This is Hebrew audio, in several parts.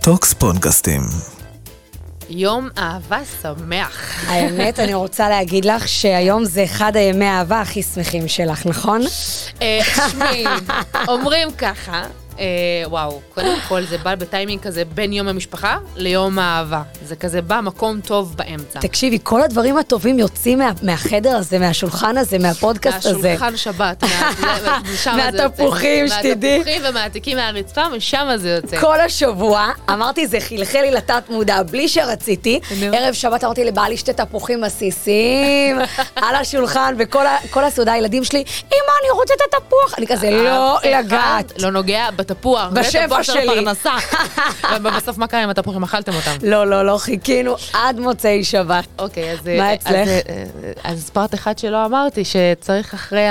טוקס פודקאסטים. יום אהבה שמח. האמת, אני רוצה להגיד לך שהיום זה אחד הימי האהבה הכי שמחים שלך, נכון? תשמעי, אומרים ככה, וואו, קודם כל זה בא בטיימינג כזה בין יום המשפחה ליום האהבה. זה כזה בא מקום טוב באמצע. תקשיבי, כל הדברים הטובים יוצאים מהחדר הזה, מהשולחן הזה, מהפודקאסט הזה. מהשולחן שבת, מהתפוחים, שתדעי. מהתפוחים ומהעתיקים מהרצפה, משם זה יוצא. כל השבוע, אמרתי, זה חלחל לי לתת מודע, בלי שרציתי. ערב שבת אמרתי לבעלי שתי תפוחים עסיסים, על השולחן, וכל הסעודה, הילדים שלי, אמא, אני רוצה את התפוח. אני כזה, לא לגעת. לא נוגע בתפוח. בשפע שלי. ובסוף מה קרה אם התפוחים אכלתם אותם? לא, חיכינו עד מוצאי שבת. אוקיי, אז... מה אצלך? אז פרט אחד שלא אמרתי, שצריך אחרי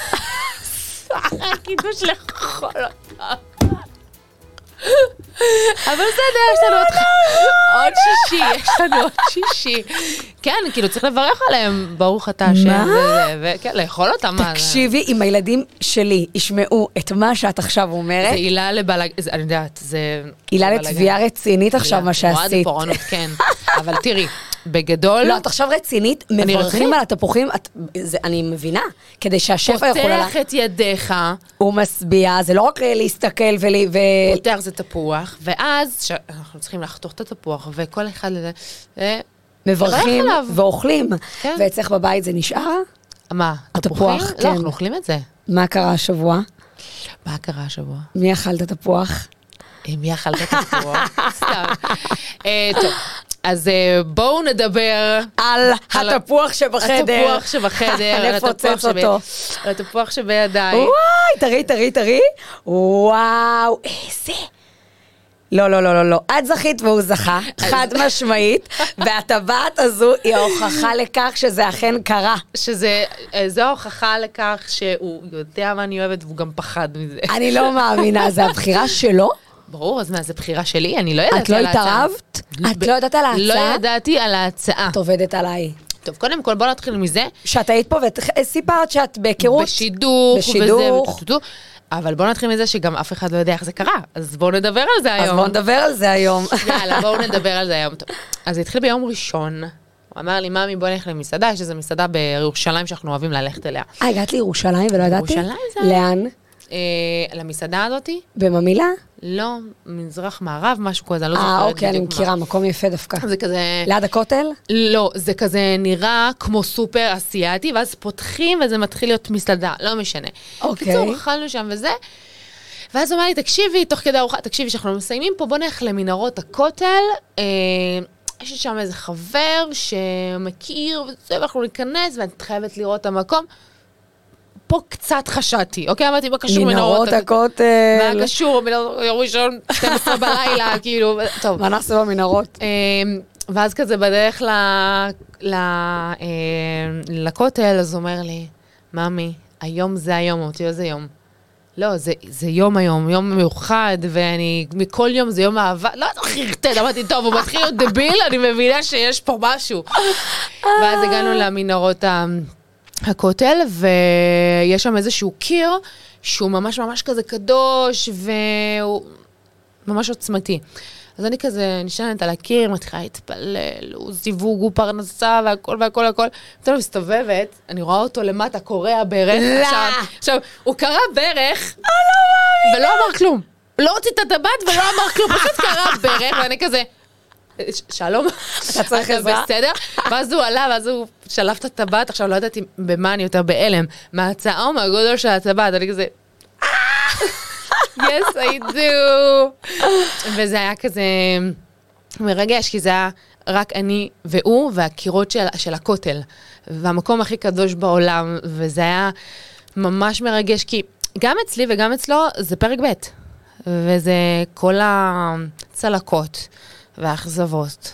הקידוש לאכול אותם. אבל בסדר, יש לנו עוד שישי. כן, כאילו צריך לברך עליהם, ברוך אתה השם, וכן, לאכול אותם. תקשיבי, אם הילדים שלי ישמעו את מה שאת עכשיו אומרת, זה עילה לבלג, אני יודעת, זה... עילה לתביעה רצינית עכשיו מה שעשית. מועד פורענות, כן. אבל תראי, בגדול... לא, את עכשיו רצינית, מברכים על התפוחים, אני מבינה, כדי שהשפע יכול... פותח את ידיך. הוא מסביע, זה לא רק להסתכל פותח זה תפוח, ואז אנחנו צריכים לחתוך את התפוח, וכל אחד לזה... מברכים ואוכלים. ואצלך בבית זה נשאר? מה? התפוח? לא, אנחנו אוכלים את זה. מה קרה השבוע? מה קרה השבוע? מי אכל את התפוח? מי אכל את התפוח? סתם. טוב. אז בואו נדבר על התפוח שבחדר. התפוח שבחדר. נפוצץ אותו. על התפוח שבידיי. וואי, תראי. וואו, איזה. לא. את זכית והוא זכה, חד משמעית, והטבעת הזו היא ההוכחה לכך שזה אכן קרה. זו ההוכחה לכך שהוא יודע מה אני אוהבת והוא גם פחד מזה. אני לא מאמינה, זה הבחירה שלו? ברור, אז מה, זה בחירה שלי? אני לא ידעתי על ההצעה. את לא התערבת? את לא ידעת על ההצעה? לא ידעתי על ההצעה. את עובדת עליי. טוב, קודם כל בוא נתחיל מזה. שאת היית פה וסיפרת שאת בהיכרות. בשידוך. אבל בואו נתחיל מזה שגם אף אחד לא יודע איך זה קרה. אז בואו נדבר על זה היום. יאללה, בואו נדבר על זה היום. אז זה התחיל ביום ראשון. הוא אמר לי, ממי, בוא נלך למסעדה, יש איזו מסעדה בירושלים שאנחנו אוהבים ללכת אליה. הגעת לירושלים ולא ידעתי? ירושלים זה... לאן? למסעדה הזאתי? בממילה? לא, מזרח מערב, משהו כזה, אני לא זוכרת. אוקיי, אני מכירה, מקום יפה דווקא. זה כזה... ליד הכותל? לא, זה כזה נראה כמו סופר אסיאתי, ואז פותחים וזה מתחיל להיות מסעדה, לא משנה. אוקיי. בקיצור, אכלנו שם וזה, ואז הוא אמר לי, תקשיבי, תוך כדי ארוחה, תקשיבי, שאנחנו מסיימים פה, בוא נלך למנהרות הכותל, יש לי שם איזה חבר שמכיר, ואנחנו ניכנס, ואני חייבת לראות את המקום. פה קצת חשדתי, אוקיי? אמרתי, מה קשור מנהרות הכותל? מה קשור? יום ראשון, 12 בלילה, כאילו, טוב. מה נעשה במנהרות? ואז כזה בדרך לכותל, אז הוא אומר לי, ממי, היום זה היום, אותי איזה יום. לא, זה יום היום, יום מיוחד, ואני, מכל יום זה יום אהבה, לא, חרטט, אמרתי, טוב, הוא מתחיל להיות דביל, אני מבינה שיש פה משהו. ואז הגענו למנהרות הכותל, ויש שם איזשהו קיר, שהוא ממש ממש כזה קדוש, והוא ממש עוצמתי. אז אני כזה נשענת על הקיר, מתחילה להתפלל, הוא זיווג, הוא פרנסה, והכל. פתאום מסתובבת, אני רואה אותו למטה, קורע ברך. עכשיו, הוא קרא ברך, ולא אמר כלום. לא הוציא את הטבעת ולא אמר כלום, פשוט קרא ברך, ואני כזה... שלום, אתה צריך עזרה? בסדר? ואז הוא עלה, ואז הוא שלף את הטבעת, עכשיו לא ידעתי במה אני יותר באלם, מההצעה או מהגודל של הטבעת, אני כזה, yes I do, וזה היה כזה מרגש, כי זה היה רק אני והוא, והקירות של הכותל, והמקום הכי קדוש בעולם, וזה היה ממש מרגש, כי גם אצלי וגם אצלו זה פרק ב', וזה כל הצלקות, והאכזבות,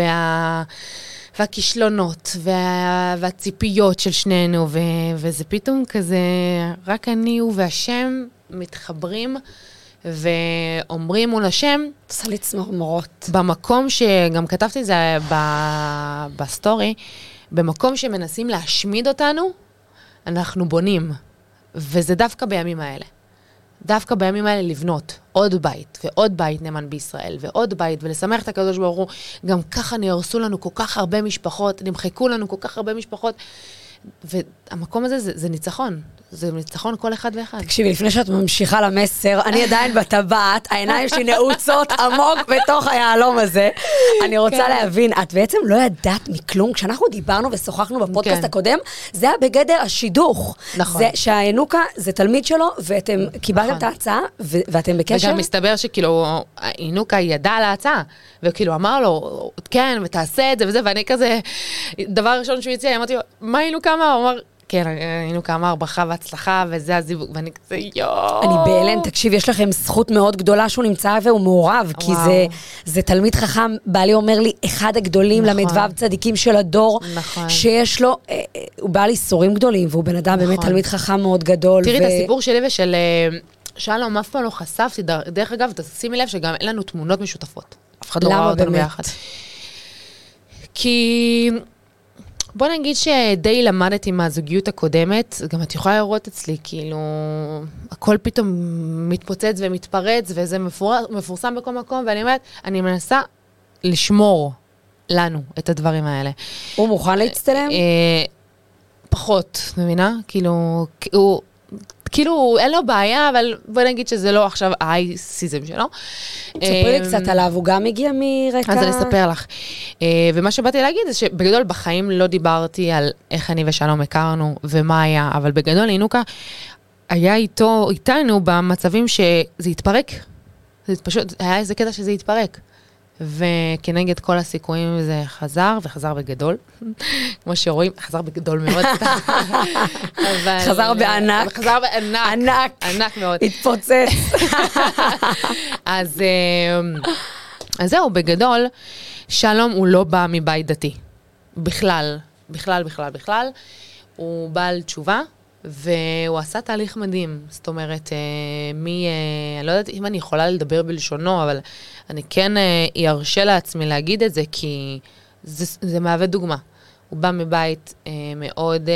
והכישלונות, והציפיות של שנינו, וזה פתאום כזה, רק אני הוא והשם מתחברים, ואומרים מול השם, עושה לי צמרמורות. במקום שגם כתבתי את זה בסטורי, במקום שמנסים להשמיד אותנו, אנחנו בונים, וזה דווקא בימים האלה. דווקא בימים האלה לבנות עוד בית, ועוד בית נאמן בישראל, ועוד בית, ולשמח את הקדוש ברוך הוא, גם ככה נהרסו לנו כל כך הרבה משפחות, נמחקו לנו כל כך הרבה משפחות, והמקום הזה זה ניצחון. זה ניצחון כל אחד ואחד. תקשיבי, לפני שאת ממשיכה למסר, אני עדיין בטבעת, העיניים שלי נעוצות עמוק בתוך היעלום הזה. אני רוצה להבין, את בעצם לא ידעת מכלום, כשאנחנו דיברנו ושוחחנו בפודקאסט הקודם, זה היה בגדר השידוך. נכון. שהינוקה זה תלמיד שלו, ואתם קיבלתם את ההצעה, ואתם בקשר. וגם מסתבר שכאילו, הינוקה ידע על ההצעה, וכאילו אמר לו, כן, ותעשה את זה וזה, ואני כזה, דבר ראשון שהוא יציע, אמרתי לו, מה הינוקה אמר? הוא אמר, כן, היינו כמה ברכה והצלחה, וזה הזיווג, ואני כזה, יואו. אני בהלם, תקשיב, יש לכם זכות מאוד גדולה שהוא נמצא והוא מעורב, כי זה תלמיד חכם, בעלי אומר לי, אחד הגדולים למדבב צדיקים של הדור, שיש לו, הוא בעל איסורים גדולים, והוא בן אדם באמת תלמיד חכם מאוד גדול. תראי את הסיפור שלי ושל שלום, אף פעם לא חשפתי, דרך אגב, תשימי לב שגם אין לנו תמונות משותפות. אף אחד לא ראה אותנו ביחד. כי בוא נגיד שדי למדתי מהזוגיות הקודמת, גם את יכולה לראות אצלי, כאילו, הכל פתאום מתפוצץ ומתפרץ, וזה מפורסם בכל מקום, ואני אומרת, אני מנסה לשמור לנו את הדברים האלה. הוא מוכן להצטלם? פחות, מבינה? כאילו, אין לו בעיה, אבל בוא נגיד שזה לא עכשיו האייסיזם שלו. תספרי לי קצת עליו, הוא גם הגיע מרקע. אז אני אספר לך. ומה שבאתי להגיד זה שבגדול בחיים לא דיברתי על איך אני ושלום הכרנו ומה היה, אבל בגדול הינוקה היה איתנו במצבים שזה התפרק. זה פשוט, היה איזה קטע שזה התפרק. וכנגד כל הסיכויים זה חזר, וחזר בגדול. כמו שרואים, חזר בגדול מאוד. חזר בענק. חזר בענק. ענק. ענק מאוד. התפוצץ. אז זהו, בגדול, שלום הוא לא בא מבית דתי. בכלל. הוא בעל תשובה, והוא עשה תהליך מדהים. זאת אומרת, אני לא יודעת אם אני יכולה לדבר בלשונו, אבל אני כן ארשה לעצמי להגיד את זה, כי זה מהווה דוגמה. הוא בא מבית מאוד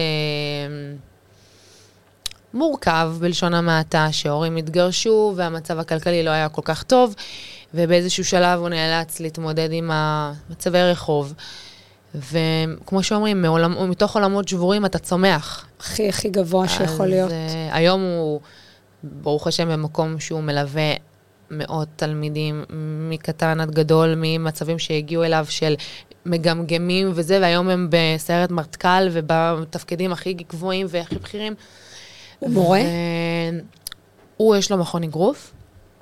מורכב, בלשון המעטה, שההורים התגרשו, והמצב הכלכלי לא היה כל כך טוב, ובאיזשהו שלב הוא נאלץ להתמודד עם מצבי רחוב. וכמו שאומרים, מתוך עולמות שבורים אתה צומח. הכי גבוה שיכול להיות. היום הוא, ברוך השם, במקום שהוא מלווה מאות תלמידים, מקטן עד גדול, ממצבים שהגיעו אליו של מגמגמים וזה, והיום הם בסיירת מטכ"ל ובתפקידים הכי גבוהים והכי בכירים. הוא מורה? הוא יש לו מכון אגרוף,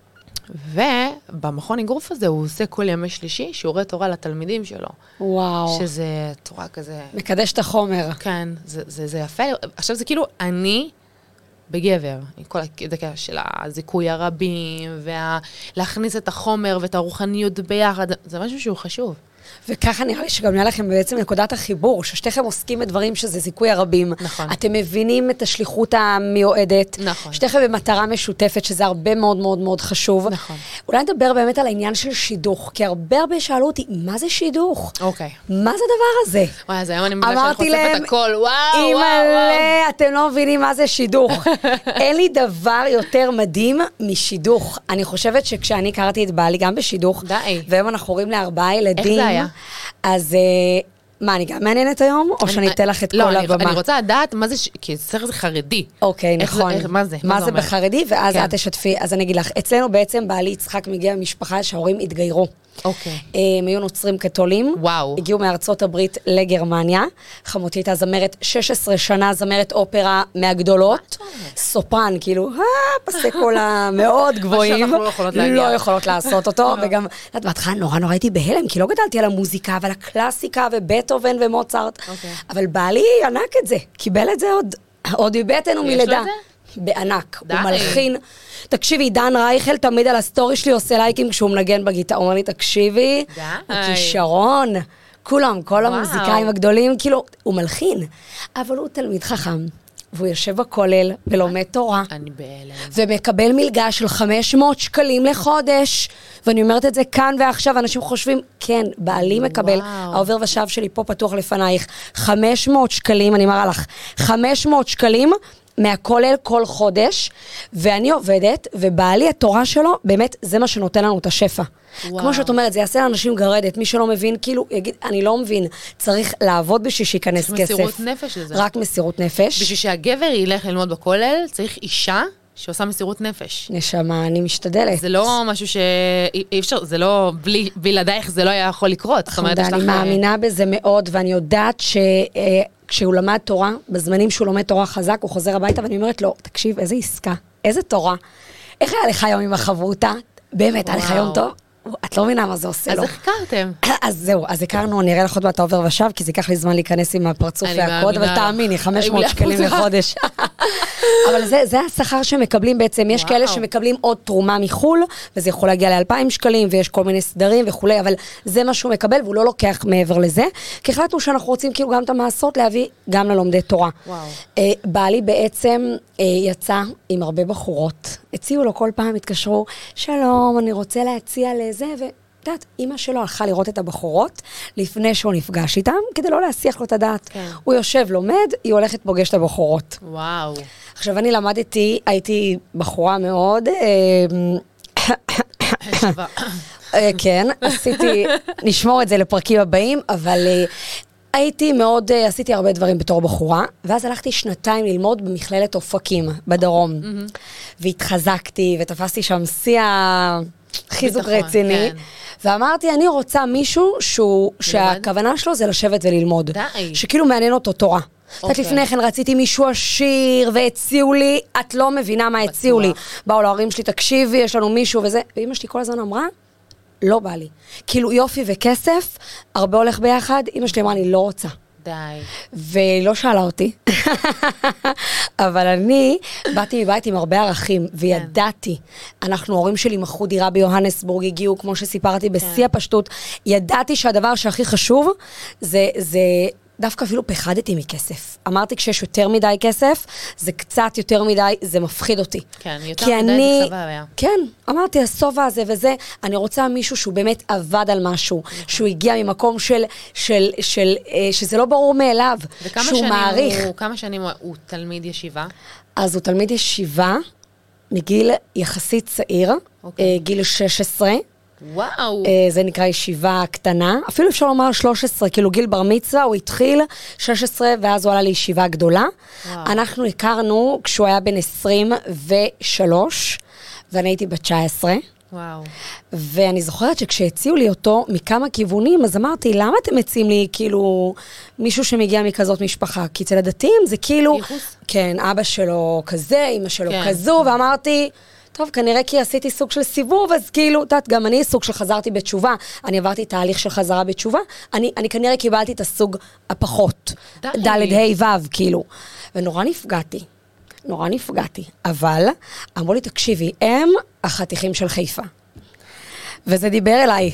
ובמכון אגרוף הזה הוא עושה כל ימי שלישי שיעורי תורה לתלמידים שלו. וואו. שזה תורה כזה. מקדש את החומר. כן, זה יפה. עכשיו זה כאילו אני בגבר, כל הדקה של הזיכוי הרבים, ולהכניס את החומר ואת הרוחניות ביחד, זה משהו שהוא חשוב. וככה נראה לי שגם נראה לכם בעצם נקודת החיבור, ששתיכם עוסקים בדברים שזה זיכוי הרבים. נכון. אתם מבינים את השליחות המיועדת. נכון. שתיכם במטרה משותפת, שזה הרבה מאוד מאוד מאוד חשוב. נכון. אולי נדבר באמת על העניין של שידוך, כי הרבה שאלו אותי, מה זה שידוך? אוקיי. מה זה הדבר הזה? וואי, אז היום אני מבינה שאני חושפת הכל, וואו. אימא'לה, אתם לא מבינים מה זה שידוך. אין לי דבר יותר מדהים משידוך. אני חושבת שכשאני קראתי את בעלי גם בשידוך, והיום אנחנו הורים ל4 ילדים. איך זה היה? אז מה, אני גם מעניינת היום? או שאני אתן לך את כל הבמה? אני רוצה לדעת מה זה, כי זה חרדי. אוקיי, נכון. מה זה? מה זה בחרדי? ואז את תשתפי. אז אני אגיד לך, אצלנו בעצם בעלי יצחק מגיע ממשפחה שההורים התגיירו. אוקיי. הם היו נוצרים קתולים. וואו. הגיעו מארצות הברית לגרמניה. חמותי הייתה זמרת 16 שנה, זמרת אופרה מהגדולות. סופרן, כאילו, פסי קולה מאוד גבוהים. מה שאנחנו לא יכולות להגיע. לא יכולות לעשות אותו. וגם, בהתחלה נורא הייתי בהלם, כי לא גדלתי על המוזיקה, ועל הקלאסיקה, ובטהובן ומוצרט. אבל בעלי ענק את זה. קיבל את זה עוד מבטן ומלידה. בענק. הוא מלחין. תקשיבי, דן רייכל תמיד על הסטורי שלי עושה לייקים כשהוא מנגן בגיטרה. הוא אומר לי, תקשיבי, הכישרון, כולם, כל המוזיקאים הגדולים, כאילו, הוא מלחין. אבל הוא תלמיד חכם, והוא יושב בכולל ולומד תורה. אני בהלם. ומקבל מלגה של 500 שקלים לחודש. ואני אומרת את זה כאן ועכשיו, אנשים חושבים, כן, בעלי מקבל, העובר ושב שלי פה פתוח לפנייך, 500 שקלים, אני מראה לך, 500 שקלים, מהכולל כל חודש, ואני עובדת, ובעלי התורה שלו, באמת, זה מה שנותן לנו את השפע. וואו. כמו שאת אומרת, זה יעשה לאנשים גרדת, מי שלא מבין, כאילו, יגיד, אני לא מבין, צריך לעבוד בשביל שיכנס כסף. מסירות נפש לזה. רק מסירות נפש. בשביל שהגבר ילך ללמוד בכולל, צריך אישה שעושה מסירות נפש. נשמה, אני משתדלת. זה לא משהו שאי אפשר, זה לא, בלעדייך זה לא היה יכול לקרות. אני מאמינה בזה מאוד, ואני יודעת כשהוא למד תורה, בזמנים שהוא לומד תורה חזק, הוא חוזר הביתה, ואני אומרת לו, תקשיב, איזה עסקה, איזה תורה. איך היה לך יום עם החברותה? באמת, היה לך יום טוב? את לא מבינה מה זה עושה לו. אז איך הכרתם? אז זהו, אז הכרנו, אני אראה לך עוד מעט עובר ושב, כי זה ייקח לי זמן להיכנס עם הפרצוף והקוד, אבל תאמיני, 500 שקלים לחודש. אבל זה השכר שמקבלים בעצם, יש כאלה שמקבלים עוד תרומה מחול, וזה יכול להגיע ל2,000 שקלים, ויש כל מיני סדרים וכולי, אבל זה מה שהוא מקבל, והוא לא לוקח מעבר לזה, כי החלטנו שאנחנו רוצים כאילו גם את המעשות להביא גם ללומדי תורה. בעלי בעצם יצא עם הרבה בחורות, הציעו לו כל פעם, התקשרו, שלום, אני רוצה להציע לזה, ודעת, אמא שלו הלכה לראות את הבחורות, לפני שהוא נפגש איתם, כדי לא להסיח לו את הדעת. כן. הוא יושב, לומד, היא הולכת פוגש את הבחורות. וואו. עכשיו, אני למדתי, הייתי בחורה מאוד, כן, נשמור את זה לפרקים הבאים, אבל הייתי מאוד, עשיתי הרבה דברים בתור בחורה, ואז הלכתי 2 ללמוד במכללת אופקים, בדרום. והתחזקתי, ותפסתי שם שיא חיזוק רציני. ואמרתי, אני רוצה מישהו שהכוונה שלו זה לשבת וללמוד. די. שכאילו מעניין אותו תורה. לפני כן רציתי מישהו עשיר, והציעו לי, את לא מבינה מה הציעו לי. באו להורים שלי, תקשיבי, יש לנו מישהו וזה. ואמא שלי כל הזמן אמרה, לא בא לי. כאילו יופי וכסף, הרבה הולך ביחד, אמא שלי אמרה, אני לא רוצה. די. ולא שאלה אותי. אבל אני באתי מבית עם הרבה ערכים, וידעתי, אנחנו, ההורים שלי מכרו דירה ביוהנסבורג, הגיעו, כמו שסיפרתי, בשיא הפשטות, ידעתי שהדבר שהכי חשוב, זה דווקא אפילו פחדתי מכסף. אמרתי, כשיש יותר מדי כסף, זה קצת יותר מדי, זה מפחיד אותי. כן, יותר מדי זה חווה היה. כן, אמרתי, הסובה הזה וזה, אני רוצה מישהו שהוא באמת עבד על משהו, שהוא הגיע ממקום שזה לא ברור מאליו, שהוא מעריך. וכמה שנים הוא תלמיד ישיבה? אז הוא תלמיד ישיבה, מגיל יחסית צעיר, גיל 16, וואו. זה נקרא ישיבה קטנה, אפילו אפשר לומר 13, כאילו גיל בר מצווה, הוא התחיל 16, ואז הוא עלה לישיבה גדולה. וואו. אנחנו הכרנו כשהוא היה בן 23, ואני הייתי בת 19. וואו. ואני זוכרת שכשהציעו לי אותו מכמה כיוונים, אז אמרתי, למה אתם מציעים לי כאילו מישהו שמגיע מכזאת משפחה? כי אצל הדתיים זה כאילו, כן, אבא שלו כזה, אמא שלו כזו, ואמרתי, טוב, כנראה כי עשיתי סוג של סיבוב, אז כאילו, גם אני סוג של חזרתי בתשובה, אני עברתי תהליך של חזרה בתשובה, אני כנראה קיבלתי את הסוג הפחות, ד' ה' ו', כאילו, ונורא נפגעתי, אבל אמרו לי, תקשיבי, הם החתיכים של חיפה. וזה דיבר אליי,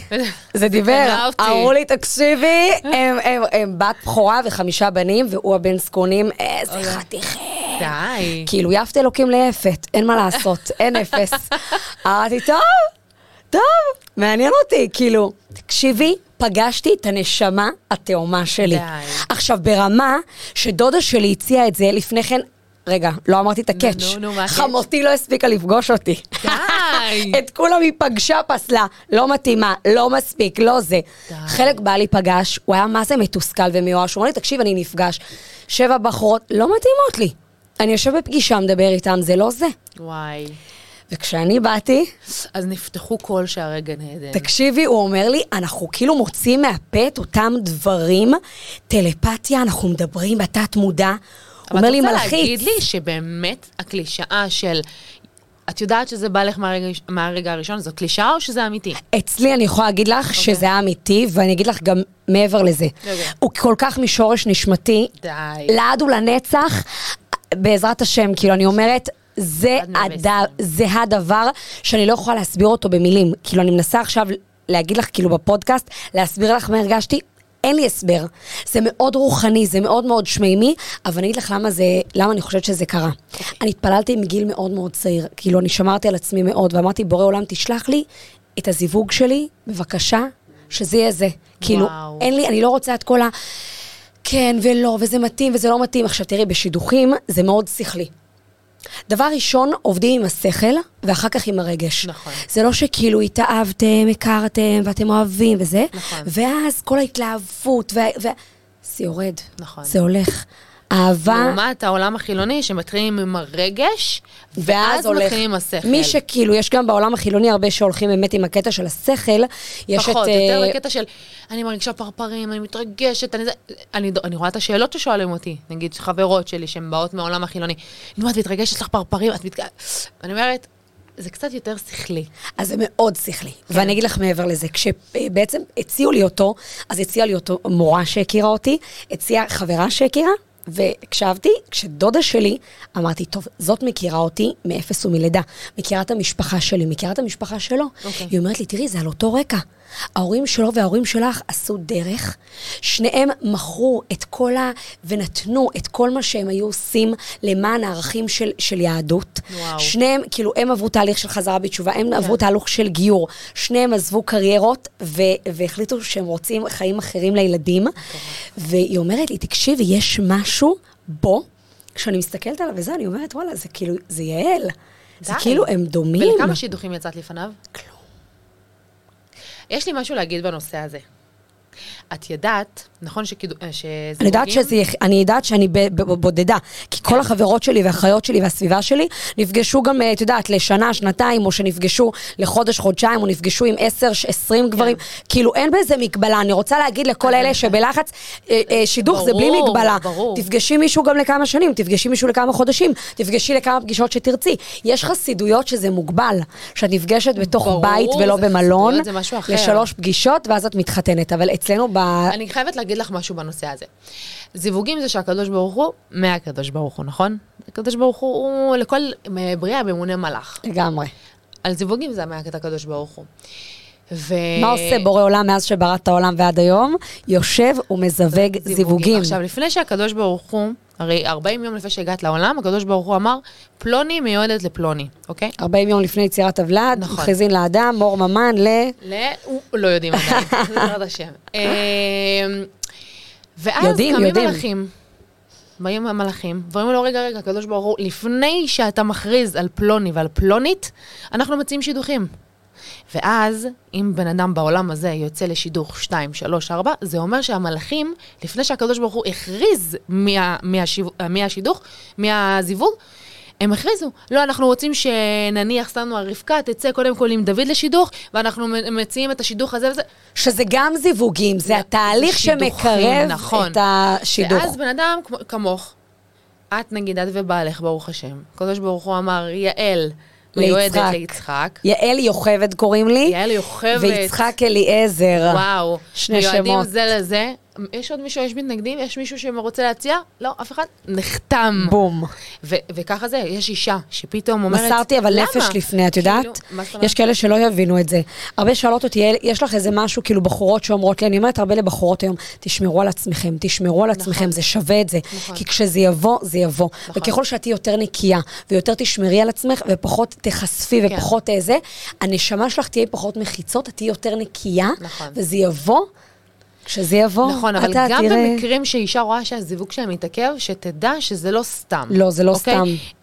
אמרו לי, תקשיבי, הם בת בכורה ו5 בנים, והוא הבן זקונים, איזה חתיכים. די. כאילו, יפת אלוקים ליפת, אין מה לעשות, אין אפס. אמרתי, טוב, מעניין אותי, כאילו, תקשיבי, פגשתי את הנשמה התאומה שלי. די. עכשיו, ברמה שדודה שלי הציעה את זה לפני כן, רגע, לא אמרתי את הקאץ'. חמותי לא הספיקה לפגוש אותי. די. את כולם היא פגשה, פסלה, לא מתאימה, לא מספיק, לא זה. די. חלק בעלי פגש, הוא היה מה זה מתוסכל ומיואש, הוא אמר לי, תקשיב, אני נפגש, 7 בחורות, לא מתאימות לי. אני יושב בפגישה, מדבר איתם, זה לא זה. וואי. וכשאני באתי, אז נפתחו כל שערי גן עדן. תקשיבי, הוא אומר לי, אנחנו כאילו מוצאים מהפה את אותם דברים, טלפתיה, אנחנו מדברים בתת מודע, הוא אומר לי, מלחיץ. אבל את רוצה להגיד לי שבאמת הקלישאה של, את יודעת שזה בא לך מהרגע הראשון, זו קלישאה או שזה אמיתי? אצלי אני יכולה להגיד לך שזה אמיתי, ואני אגיד לך גם מעבר לזה. הוא כל כך משורש נשמתי, לעד ולנצח, בעזרת השם, כאילו אני אומרת, זה הדבר שאני לא יכולה להסביר אותו במילים. כאילו אני מנסה עכשיו להגיד לך, כאילו בפודקאסט, להסביר לך מה הרגשתי, אין לי הסבר. זה מאוד רוחני, זה מאוד מאוד שמימי, אבל אני אגיד לך למה אני חושבת שזה קרה. אני התפללתי מגיל מאוד מאוד צעיר, כאילו אני שמרתי על עצמי מאוד, ואמרתי, בורא עולם, תשלח לי את הזיווג שלי, בבקשה, שזה יהיה זה. כאילו, אין לי, אני לא רוצה את כל כן ולא, וזה מתאים וזה לא מתאים. עכשיו תראי, בשידוכים זה מאוד שכלי. דבר ראשון, עובדים עם השכל, ואחר כך עם הרגש. נכון. זה לא שכאילו התאהבתם, הכרתם, ואתם אוהבים וזה, נכון. ואז כל ההתלהבות, זה יורד. נכון. זה הולך. אהבה... לעומת העולם החילוני, שמתחילים עם הרגש, ואז מתחילים עם השכל. מי שכאילו, יש גם בעולם החילוני הרבה שהולכים באמת עם הקטע של השכל, יש פחות, את... יותר בקטע של, אני מרגישה פרפרים, אני מתרגשת, אני רואה את השאלות ששואלים אותי, נגיד חברות שלי, שהן באות מהעולם החילוני, נו, את מתרגשת לך פרפרים, אני אומרת, זה קצת יותר שכלי. אז זה מאוד שכלי. ואני אגיד לך מעבר לזה, כשבעצם הציעו לי אותו, אז הציעה לי אותו מורה שהכירה אותי, הציעה חברה שהכירה, והקשבתי, כשדודה שלי, אמרתי, טוב, זאת מכירה אותי מאפס ומלידה. מכירה את המשפחה שלי, מכירה את המשפחה שלו. היא אומרת לי, תראי, זה על אותו רקע. ההורים שלו וההורים שלך עשו דרך, שניהם מכרו את כל ונתנו את כל מה שהם היו עושים למען הערכים של יהדות. וואו. שניהם, כאילו, הם עברו תהליך של חזרה בתשובה, הם עברו תהליך של גיור. שניהם עזבו קריירות והחליטו שהם רוצים חיים אחרים לילדים. והיא אומרת לי, תקשיבי, יש משהו בו, כשאני מסתכלת עליו וזה, אני אומרת, וואלה, זה כאילו, זה יעל. זה כאילו, הם דומים. ולכמה שידוכים יצאת לפניו? כלום. יש לי משהו להגיד בנושא הזה. את ידעת, נכון שזיווגים... אני יודעת שאני בודדה, כי כל החברות שלי והאחיות שלי והסביבה שלי נפגשו גם, את יודעת, לשנה, שנתיים, או שנפגשו לחודש, חודשיים, או נפגשו עם 10, 20 גברים, כאילו אין בזה מגבלה. אני רוצה להגיד לכל אלה שבלחץ, שידוך זה בלי מגבלה. תפגשי מישהו גם לכמה שנים, תפגשי מישהו לכמה חודשים, תפגשי לכמה פגישות שתרצי. יש חסידויות שזה מוגבל, שאת נפגשת בתוך בית ולא במלון, ל3 פגישות, ואז את מתחתנת. אבל אצלנו אני חייבת להגיד לך משהו בנושא הזה. זיווגים זה שהקדוש ברוך הוא, מהקדוש ברוך הוא, נכון? הקדוש ברוך הוא לכל בריאה במונה מלאך. לגמרי. על זיווגים זה מהקדוש ברוך הוא. מה עושה בורא עולם מאז שבראת את העולם ועד היום? יושב ומזווג זיווגים. עכשיו, לפני שהקדוש ברוך הוא, הרי 40 יום לפני שהגעת לעולם, הקדוש ברוך הוא אמר, פלוני מיועדת לפלוני, אוקיי? 40 יום לפני יצירת הוולד, מכריזין לאדם, מור ממן, לא יודעים עדיין, בעזרת השם. ואז קמים מלאכים. באים המלאכים, ואומרים לו, רגע, הקדוש ברוך הוא, לפני שאתה מכריז על פלוני ועל פלונית, אנחנו מציעים שידוכים. ואז, אם בן אדם בעולם הזה יוצא לשידוך 2, 3, 4, זה אומר שהמלאכים, לפני שהקדוש ברוך הוא הכריז מהשידוך, מהזיווג, הם הכריזו. לא, אנחנו רוצים שנניח סתנו על רבקה, תצא קודם כל עם דוד לשידוך, ואנחנו מציעים את השידוך הזה וזה. שזה גם זיווגים, זה התהליך שמקרב את השידוך. ואז בן אדם כמוך, את נגיד, את ובעלך, ברוך השם. הקדוש ברוך הוא אמר, יעל, מיועדת ליצחק. יעל יוכבד קוראים לי. יעל יוכבד. ויצחק אליעזר. וואו. שני שמות. מיועדים זה לזה. יש עוד מישהו, יש מתנגדים? יש מישהו שרוצה להציע? לא, אף אחד. נחתם. בום. וככה זה, יש אישה שפתאום אומרת, מסרתי אבל נפש לפני, את יודעת? יש כאלה שלא יבינו את זה. הרבה שאלות אותי, יש לך איזה משהו, כאילו בחורות שאומרות לי, אני אומרת הרבה לבחורות היום, תשמרו על עצמכם, תשמרו על עצמכם, זה שווה את זה. כי כשזה יבוא, זה יבוא. וככל שאת יותר נקייה, ויותר תשמרי על עצמך, ופחות תחשפי ופחות איזה, הנשמה שלך תהיה פחות מחיצות, תהיה יותר נקייה, וזה יבוא. כשזה יבוא, נכון, אבל גם במקרים שאישה רואה שהזיווג שלהם מתעכב, שתדע שזה לא סתם. לא, זה לא סתם.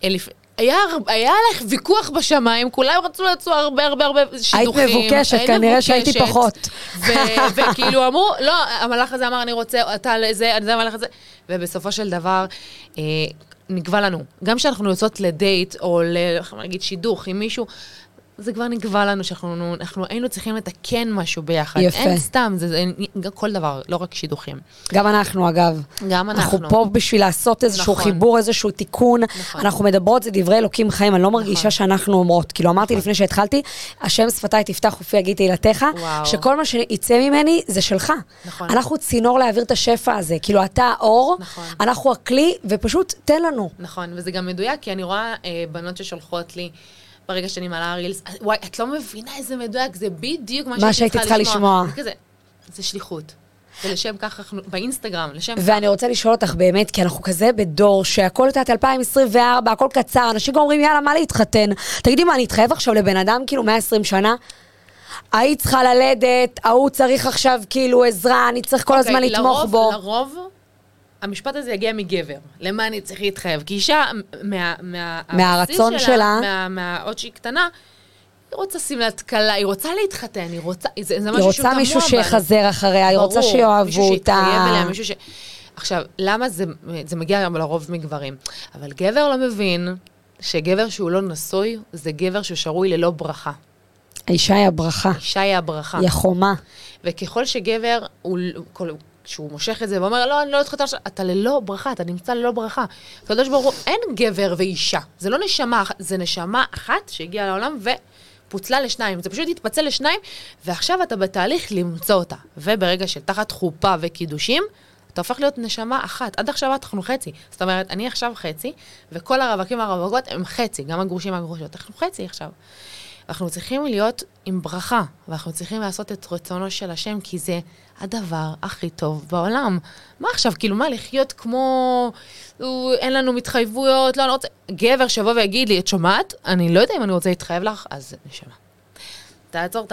היה לך ויכוח בשמיים, כולם רצו לצוא הרבה שידוכים. היית מבוקשת, כנראה שהייתי פחות. וכאילו אמרו, לא, המלאך הזה אמר, אני רוצה, אתה לזה, זה המלאך הזה. ובסופו של דבר, נקבע לנו. גם שאנחנו יוצאות לדייט, או להגיד שידוך עם מישהו, זה כבר נקבע לנו שאנחנו היינו צריכים לתקן משהו ביחד. יפה. אין סתם, זה כל דבר, לא רק שידוכים. גם אנחנו, אגב. גם אנחנו. אנחנו פה בשביל לעשות איזשהו חיבור, איזשהו תיקון. אנחנו מדברות, זה דברי אלוקים חיים, אני לא מרגישה שאנחנו אומרות. כאילו, אמרתי לפני שהתחלתי, השם שפתיי תפתח ופי יגיד תהילתך, שכל מה שיצא ממני זה שלך. אנחנו צינור להעביר את השפע הזה. כאילו, אתה האור, אנחנו הכלי, ופשוט תן לנו. נכון, וזה גם מדויק, כי אני רואה בנות ששולחות לי, ברגע שאני מעלה רילס, וואי, את לא מבינה איזה מדויק, זה בדיוק מה שהייתי צריכה לשמוע. זה כזה, זה שליחות. ולשם כך אנחנו, באינסטגרם, לשם כך. ואני רוצה לשאול אותך באמת, כי אנחנו כזה בדור, שהכל יודעת 2024, הכל קצר, אנשים אומרים, יאללה, מה להתחתן? תגידי מה, אני אתחייב עכשיו לבן אדם, כאילו 120 שנה? היית צריכה ללדת, ההוא צריך עכשיו כאילו עזרה, אני צריך כל הזמן לתמוך בו. המשפט הזה יגיע מגבר. למה אני צריך להתחייב? כי אישה, מהרצון שלה, מהעוד שהיא קטנה, היא רוצה שמלת קלה, היא רוצה להתחתן, היא רוצה, זה משהו היא רוצה מישהו שיחזר אחריה, היא רוצה שיאהבו אותה. עכשיו, למה זה מגיע גם לרוב מגברים? אבל גבר לא מבין שגבר שהוא לא נשוי, זה גבר שהוא שרוי ללא ברכה. האישה היא הברכה. האישה היא הברכה. היא החומה. וככל שגבר, כשהוא מושך את זה ואומר, לא, אני לא אתחתן, אתה ללא ברכה, אתה נמצא ללא ברכה. הקדוש ברוך הוא, אין גבר ואישה. זה לא נשמה, זה נשמה אחת שהגיעה לעולם ופוצלה לשניים. זה פשוט התפצל לשניים, ועכשיו אתה בתהליך למצוא אותה. וברגע שתחת חופה וקידושים, אתה הופך להיות נשמה אחת. עד עכשיו אנחנו חצי. זאת אומרת, אני עכשיו חצי, וכל הרווקים והרווקות הם חצי, גם הגרושים והגרושות. אנחנו חצי עכשיו. אנחנו צריכים להיות עם ברכה, ואנחנו צריכים לעשות את רצונו של השם, כי זה הדבר הכי טוב בעולם. מה עכשיו? כאילו, מה, לחיות כמו, אין לנו מתחייבויות, לא, אני רוצה... גבר שבוא ויגיד לי, את שומעת? אני לא יודע אם אני רוצה להתחייב לך, אז נשמה. תעצור.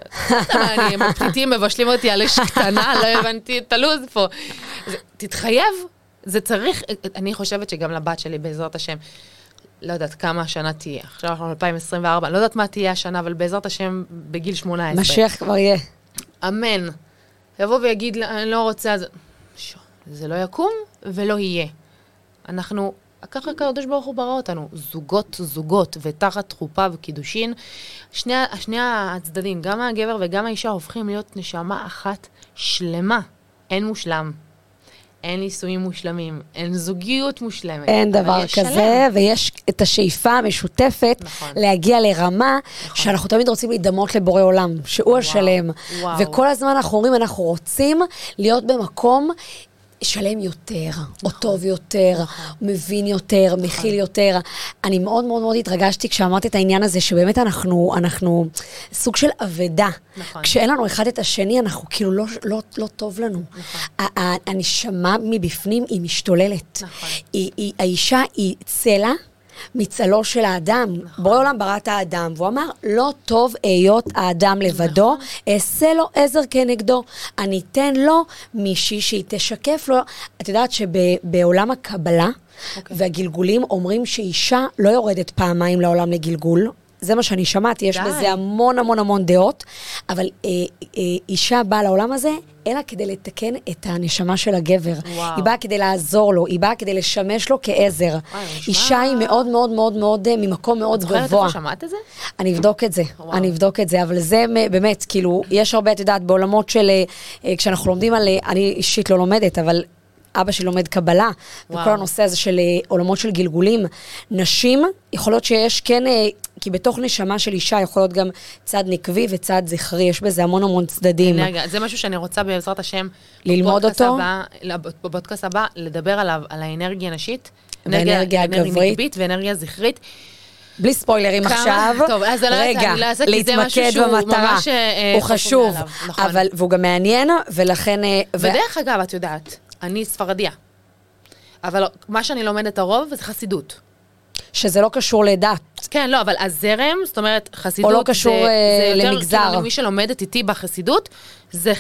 הם הפתיתים מבשלים אותי על אש קטנה, לא הבנתי את הלוז פה. תתחייב, זה צריך, אני חושבת שגם לבת שלי בעזרת השם, לא יודעת כמה השנה תהיה. עכשיו אנחנו 2024, לא יודעת מה תהיה השנה, אבל בעזרת השם בגיל 18. משיח כבר יהיה. אמן. יבוא ויגיד, אני לא רוצה, זה לא יקום ולא יהיה. אנחנו, ככה הקדוש ברוך הוא ברא אותנו, זוגות, ותחת חופה וקידושין. שני הצדדים, גם הגבר וגם האישה, הופכים להיות נשמה אחת שלמה. אין מושלם. אין נישואים מושלמים, אין זוגיות מושלמת. אין דבר כזה, ויש את השאיפה המשותפת להגיע לרמה שאנחנו תמיד רוצים להידמות לבורא עולם, שהוא השלם. וכל הזמן אנחנו אומרים, אנחנו רוצים להיות במקום שלם יותר, או טוב יותר, מבין יותר, מכיל יותר. אני מאוד מאוד מאוד התרגשתי כשאמרתי את העניין הזה, שבאמת אנחנו סוג של עבדה. כשאין לנו אחד את השני, אנחנו כאילו לא טוב לנו. הנשמה מבפנים היא משתוללת. האישה היא צלע, מצלו של האדם. בורא עולם ברא את האדם, והוא אמר, לא טוב היות האדם לבדו, אעשה לו עזר כנגדו. אני אתן לו מישהי שהיא תשקף לו. את יודעת שבעולם הקבלה והגלגולים אומרים שאישה לא יורדת פעמיים לעולם לגלגול. זה מה שאני שמעתי, יש בזה המון דעות, אבל אישה באה לעולם הזה, אלא כדי לתקן את הנשמה של הגבר. היא באה כדי לעזור לו, היא באה כדי לשמש לו כעזר. אישה היא מאוד מאוד מאוד מאוד, ממקום מאוד גבוה. את זוכרת איפה שמעת את זה? אני אבדוק את זה, אבל זה באמת, כאילו, יש הרבה, את יודעת, בעולמות של, כשאנחנו לומדים על, אני אישית לא לומדת, אבל אבא שלי לומד קבלה, וכל הנושא הזה של עולמות של גלגולים. נשים, יכול להיות שיש כן, כי בתוך נשמה של אישה יכול להיות גם צד נקבי וצד זכרי, יש בזה המון צדדים. זה משהו שאני רוצה בעזרת השם, ללמוד אותו. בבודקאסט הבא, לדבר עליו, על האנרגיה הנשית, אנרגיה הגברית, ואנרגיה זכרית. בלי ספוילרים עכשיו, רגע, להתמקד במטרה, הוא חשוב, והוא גם מעניין, ולכן... ודרך אגב, את יודעת, אני ספרדיה. אבל מה שאני לומדת הרוב זה חסידות. שזה לא קשור לדת. כן, לא, אבל הזרם, זאת אומרת, חסידות... או לא קשור למגזר. כאילו, מי שלומדת איתי בחסידות, זה...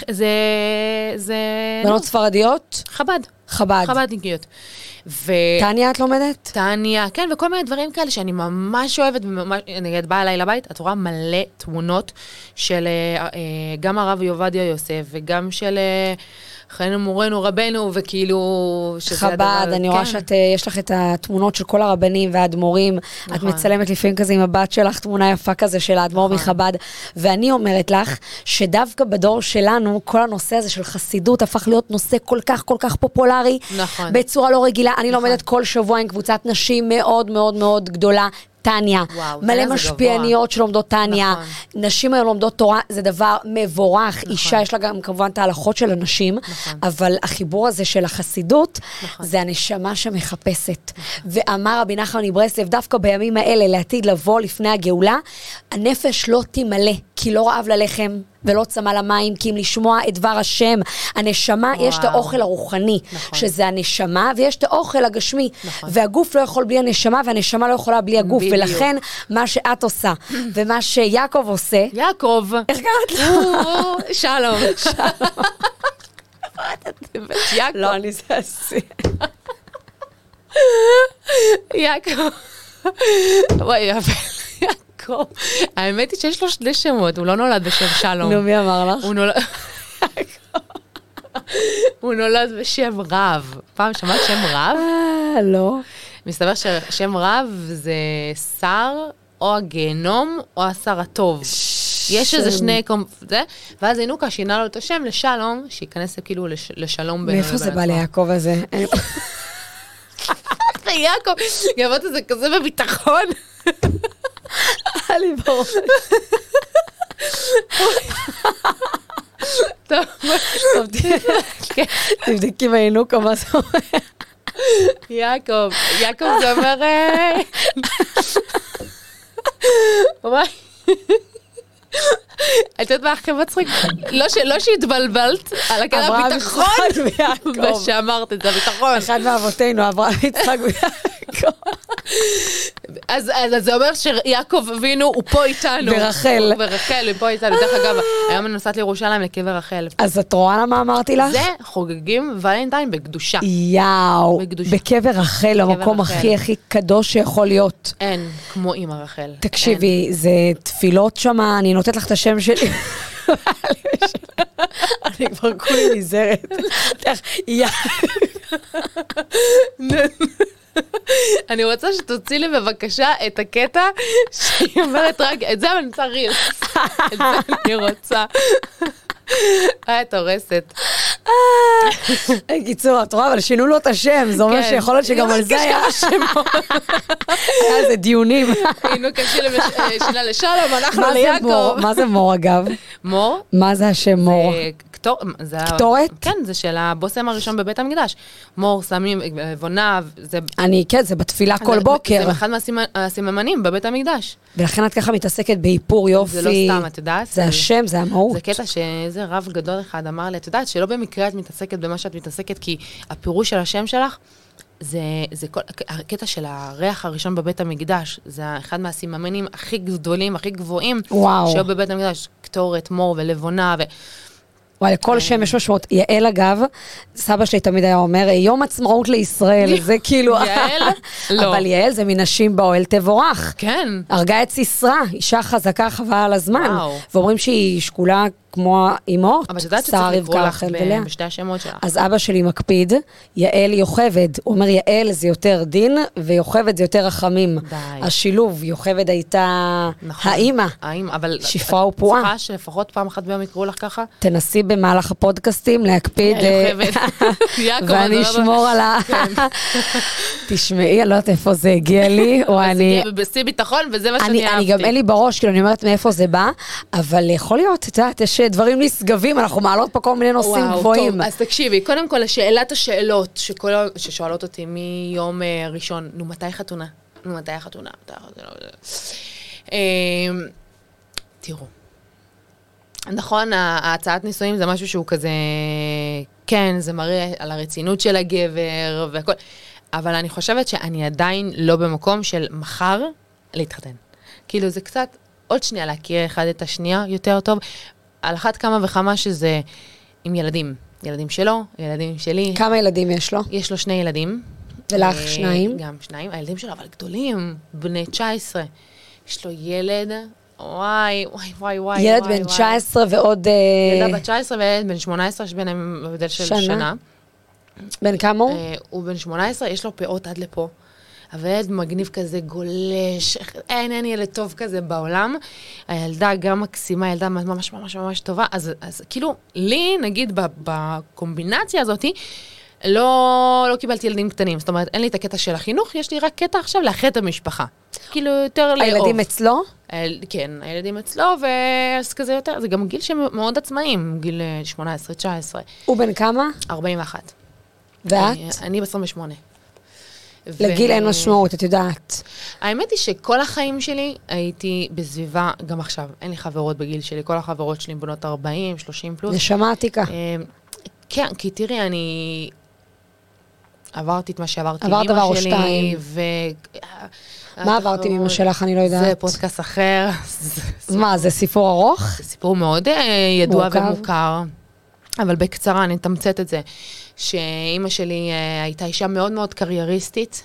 בנות ספרדיות? חב"ד נקיות. טניה את לומדת? טניה, כן, וכל מיני דברים כאלה שאני ממש אוהבת, נגיד, באה אליי לבית, את רואה מלא תמונות של גם הרב עובדיה יוסף, וגם של חיינו מורנו רבנו, וכאילו... חב"ד, אני רואה שיש לך את התמונות של כל הרבנים והאדמו"רים, את מצלמת לפעמים כזה עם הבת שלך, תמונה יפה כזה של האדמו"ר מחב"ד, ואני אומרת לך, שדווקא בדור שלנו, כל הנושא הזה של חסידות הפך להיות נושא כל כך פופולרי, בצורה לא רגילה. אני לומדת כל שבוע עם קבוצת נשים מאוד מאוד מאוד גדולה, טניה, מלא משפיעניות שלומדות טניה, נשים היום לומדות תורה, זה דבר מבורך, אישה יש לה גם כמובן את ההלכות של הנשים, אבל החיבור הזה של החסידות, זה הנשמה שמחפשת. ואמר רבי נחמן מברסלב, דווקא בימים האלה, לעתיד לבוא לפני הגאולה, הנפש לא תמלא, כי לא רעב ללחם, ולא צמא למים, כי אם לשמוע את דבר השם, הנשמה, יש את האוכל הרוחני, שזה הנשמה, ויש את האוכל הגשמי, והגוף לא יכול בלי הנשמה, והנשמה לא יכולה בלי הגוף, ולכן מה שאת עושה, ומה שיעקב עושה, יעקב, איך קראת לו? שלום. יעקב. לא, אני זה עשי. יעקב. וואי, יעקב. האמת היא שיש לו 2 שמות, הוא לא נולד בשם שלום. נו, מי אמר לך? הוא נולד בשם רב. פעם שמעת שם רב? לא. מסתבר ששם רב זה שר, או הגיהנום, או השר הטוב. יש איזה 2 ואז ינוקה שינה לו את השם לשלום, שייכנס כאילו לשלום בינו. מאיפה זה בא ליעקב הזה? יעקב, גבות את זה כזה בביטחון. היה לי ברור. טוב, תבדקי בינוקה מה זה אומר. יעקב זה אומר... וואי. את יודעת מה הכי מצחיק? לא שהתבלבלת, על הכלל הביטחון, ושאמרת את זה, הביטחון. אחד מאבותינו, אברהם יצחק ויעקב. אז זה אומר שיעקב אבינו הוא פה איתנו. ורחל. ורחל, הוא פה איתנו. דרך אגב, היום אני נוסעת לירושלים לקבר רחל. אז את רואה למה אמרתי לך? זה חוגגים ולנטיין בקדושה. יאו, בקבר רחל, המקום הכי הכי קדוש שיכול להיות. אין, כמו אמא רחל. תקשיבי, זה תפילות שמה, אני נותנת לך את השם שלי. אני כבר כולי נזרת. אני רוצה שתוציא לי בבקשה את הקטע שהיא אומרת רק, את זה אני רוצה ריל. את זה אני רוצה. את הורסת. קיצור, את רואה, אבל שינו לו את השם, זה אומר שיכול להיות שגם על זה היה איזה דיונים. ינוקה שינה לשלום, אנחנו ליעקב. מה זה מור אגב? מור? מה זה השם מור? קטורת? כן, זה של הבושם הראשון בבית המקדש. מור, סמים, לבונה, כן, זה בתפילה כל בוקר. זה אחד מהסימנים בבית המקדש. ולכן את ככה מתעסקת באיפור יופי. זה לא סתם, את יודעת? זה השם, זה המהות. זה קטע שאיזה רב גדול אחד אמר לי, את יודעת שלא במקרה את מתעסקת במה שאת מתעסקת, כי הפירוש של השם שלך, זה כל, הקטע של הריח הראשון בבית המקדש, זה אחד מהסימנים הכי גדולים, הכי גבוהים, שהיו בבית המקדש, קטורת, מור ולבונה וואי, לכל שם יש משמעות. יעל אגב, סבא שלי תמיד היה אומר, יום עצמאות לישראל, זה כאילו... יעל? לא. אבל יעל זה מנשים באוהל תבורך. כן. הרגה את סיסרא, אישה חזקה חבל על הזמן. וואו. ואומרים שהיא שקולה כמו אימות, אבל יודעת שצריך לקרוא לך בשתי השמות שלך. אז אבא שלי מקפיד, יעל יוכבד. הוא אומר, יעל זה יותר דין, ויוכבד זה יותר רחמים. די. השילוב, יוכבד הייתה האימא. האימא, אבל... שפרה ופועה. צריכה שלפחות פעם אחת ביום יקראו לך ככה? תנסי במהלך הפודקאסטים להקפיד. ואני אשמור על ה... תשמעי, אני לא יודעת איפה זה הגיע לי, או אני... זה הגיע בשיא ביטחון, וזה מה שאני אהבתי. אני גם אין לי בראש, כאילו אני אומרת מאיפה זה בא, אבל יכול להיות, את יודעת, יש דברים נשגבים, אנחנו מעלות פה כל מיני נושאים גבוהים. טוב, אז תקשיבי, קודם כל, שאלת השאלות ששואלות אותי מיום ראשון, נו, מתי חתונה? נו, מתי החתונה? תראו. נכון, ההצעת נישואים זה משהו שהוא כזה, כן, זה מראה על הרצינות של הגבר והכל, אבל אני חושבת שאני עדיין לא במקום של מחר להתחתן. כאילו זה קצת עוד שנייה להכיר אחד את השנייה יותר טוב, על אחת כמה וכמה שזה עם ילדים. ילדים שלו, ילדים שלי. כמה ילדים יש לו? יש לו 2 ילדים. ולך 2? גם 2. הילדים שלו אבל גדולים, בני 19. יש לו ילד... וואי. ילד בן 19 ועוד... ילדה בת 19 וילד בן 18, יש ביניהם הבדל של שנה. בן כמה הוא? הוא בן 18, יש לו פאות עד לפה. אבל ילד מגניב כזה, גולש, אין ילד טוב כזה בעולם. הילדה גם מקסימה, ילדה ממש ממש ממש טובה. אז כאילו, לי, נגיד, בקומבינציה הזאת, לא קיבלתי ילדים קטנים. זאת אומרת, אין לי את הקטע של החינוך, יש לי רק קטע עכשיו לאחד את המשפחה. כאילו, יותר לאהוב. הילדים אצלו? כן, הילדים אצלו, ואז כזה יותר, זה גם גיל שמאוד עצמאים, גיל 18-19. הוא בן כמה? 41. ואת? אני ב-28. לגיל אין משמעות, את יודעת. האמת היא שכל החיים שלי הייתי בסביבה, גם עכשיו, אין לי חברות בגיל שלי, כל החברות שלי בנות 40, 30 פלוס. נשמה עתיקה. כן, כי תראי, אני עברתי את מה שעברתי עברת דבר או שתיים. מה עברתי עם אמא שלך, אני לא יודעת. זה פודקאסט אחר. מה, זה סיפור ארוך? זה סיפור מאוד ידוע ומוכר, אבל בקצרה, אני אתמצת את זה. שאימא שלי הייתה אישה מאוד מאוד קרייריסטית,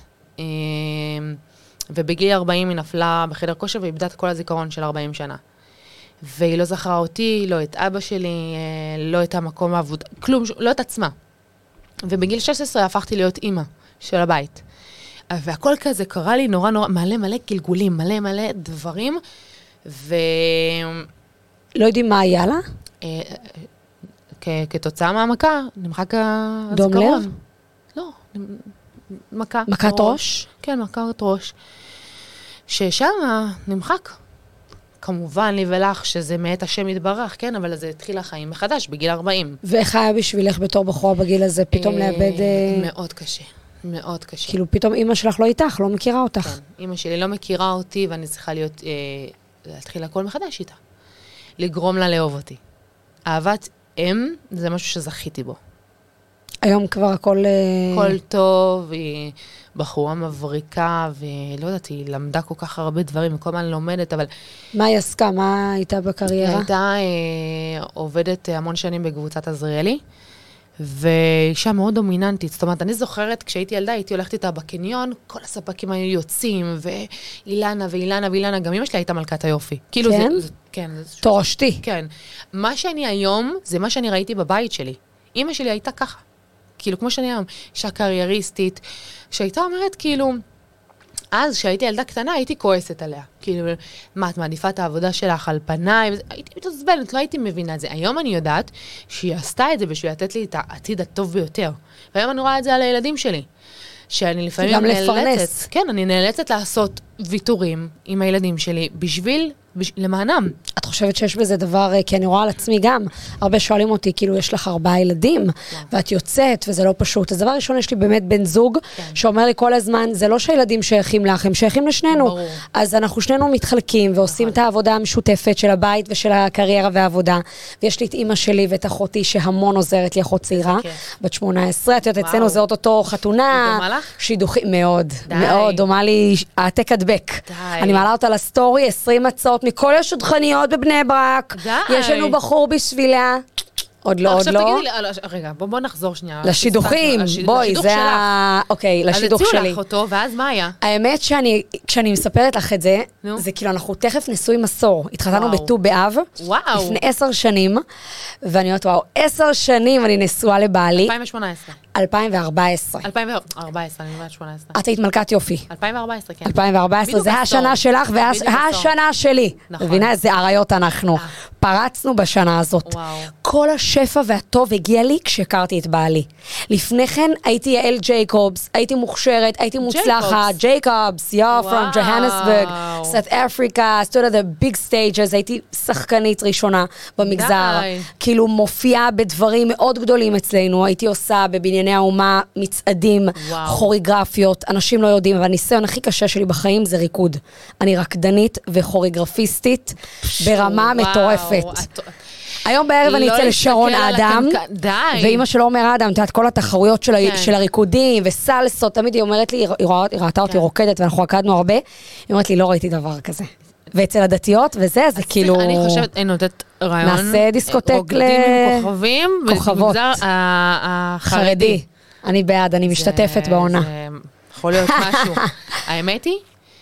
ובגיל 40 היא נפלה בחדר כושר ואיבדה את כל הזיכרון של 40 שנה. והיא לא זכרה אותי, לא את אבא שלי, לא את המקום העבודה, כלום, לא את עצמה. ובגיל 16 הפכתי להיות אימא של הבית. והכל כזה קרה לי נורא נורא, מלא גלגולים, מלא דברים, לא יודעים מה היה לה? כתוצאה מהמכה, נמחק הזיכרון. דום לב? לא, מכה. מכת ראש? כן, מכת ראש. ששם נמחק. כמובן לי ולך שזה מאת השם יתברך, כן, אבל זה התחיל החיים מחדש, בגיל 40. ואיך היה בשבילך בתור בחורה בגיל הזה, פתאום לאבד... מאוד קשה, מאוד קשה. כאילו פתאום אמא שלך לא איתך, לא מכירה אותך. כן, אמא שלי לא מכירה אותי, ואני צריכה להתחיל הכל מחדש איתה. לגרום לה לאהוב אותי. אהבת אם, זה משהו שזכיתי בו. היום כבר הכל... הכל טוב, היא בחורה מבריקה, ולא יודעת, היא למדה כל כך הרבה דברים, וכל מה אני לומדת, אבל... מה היא עסקה? מה הייתה בקריירה? היא הייתה עובדת המון שנים בקבוצת עזריאלי, ואישה מאוד דומיננטית. זאת אומרת, אני זוכרת, כשהייתי ילדה, הייתי הולכת איתה בקניון, כל הספקים היו יוצאים, ואילנה, גם אמא שלי הייתה מלכת היופי. כאילו כן? כן. תורשתי. כן. מה שאני היום, זה מה שאני ראיתי בבית שלי. אמא שלי הייתה ככה. כאילו, כמו שאני היום, אישה קרייריסטית, שהייתה אומרת, כאילו, אז, כשהייתי ילדה קטנה, הייתי כועסת עליה. כאילו, מה, את מעדיפה את העבודה שלך על פניי? הייתי מתעצבנת, לא הייתי מבינה את זה. היום אני יודעת שהיא עשתה את זה בשביל לתת לי את העתיד הטוב ביותר. והיום אני רואה את זה על הילדים שלי. שאני לפעמים גם לפרנס. כן, אני נאלצת לעשות ויתורים עם הילדים שלי למענם. את חושבת שיש בזה דבר, כי אני רואה על עצמי גם, הרבה שואלים אותי, כאילו יש לך 4 ילדים, ואת יוצאת, וזה לא פשוט. אז דבר ראשון, יש לי באמת בן זוג, שאומר לי כל הזמן, זה לא שהילדים שייכים לך, הם שייכים לשנינו. ברור. אז אנחנו שנינו מתחלקים, ועושים את העבודה המשותפת של הבית ושל הקריירה והעבודה. ויש לי את אימא שלי ואת אחותי, שהמון עוזרת לי, אחות צעירה, בת 18. את יודעת, אצלנו זה אותו חתונה. דומה לך? שידוכים, מאוד, די. מאוד, דומה לי העתק הדבק. די. אני מעלה אותה לסטורי, 20 הצעות מכל השודכניות בבני ברק. די. יש לנו בחור בשבילה. עוד לא, עוד עכשיו לא. תגידי לי, רגע, בוא נחזור שנייה. לשידוכים, בואי, לשידוך זה שלך. אוקיי, לשידוך אז שלי. הציעו לך אותו, ואז מה היה? האמת כשאני מספרת לך את זה, נו. זה כאילו אנחנו תכף נשואים עשור. התחתנו וואו. בט"ו באב, וואו. לפני 10 שנים, ואני אומרת, וואו, 10 שנים אני נשואה לבעלי, 2018. 2014. 2014, אני אומרת 18. את היית מלכת יופי. 2014, כן. 2014, בדיוק זה עשור. השנה שלך בדיוק עשור. והשנה שלי. נכון. מבינה איזה עריות אנחנו. פרצנו בשנה הזאת. וואו. כל השפע והטוב הגיע לי כשהכרתי את בעלי. לפני כן הייתי יעל ג'ייקובס, הייתי מוכשרת, הייתי מוצלחת, ג'ייקובס, from Johannesburg, South Africa, stood at the big stages, הייתי שחקנית ראשונה במגזר. די. כאילו מופיעה בדברים מאוד גדולים אצלנו, הייתי עושה בבנייני האומה מצעדים, וואו. כוריגרפיות, אנשים לא יודעים, אבל הניסיון הכי קשה שלי בחיים זה ריקוד. אני רקדנית וכוריגרפיסטית ברמה וואו, מטורפת. היום בערב אני לא אצא לשרון להסתכל על אדם, די. ואמא שלו אומר אדם, את יודעת, כל התחרויות כן. של הריקודים וסלסות, תמיד היא אומרת לי, היא ראתה אותי כן. רוקדת ואנחנו רקדנו הרבה, היא אומרת לי, לא ראיתי דבר כזה. ואצל הדתיות וזה, זה כאילו... אני חושבת, אין נותנת רעיון. נעשה דיסקוטק רוקדים עם כוכבים. כוכבות. במגזר החרדי. חרדי. אני בעד, אני משתתפת בעונה. זה יכול להיות משהו. האמת היא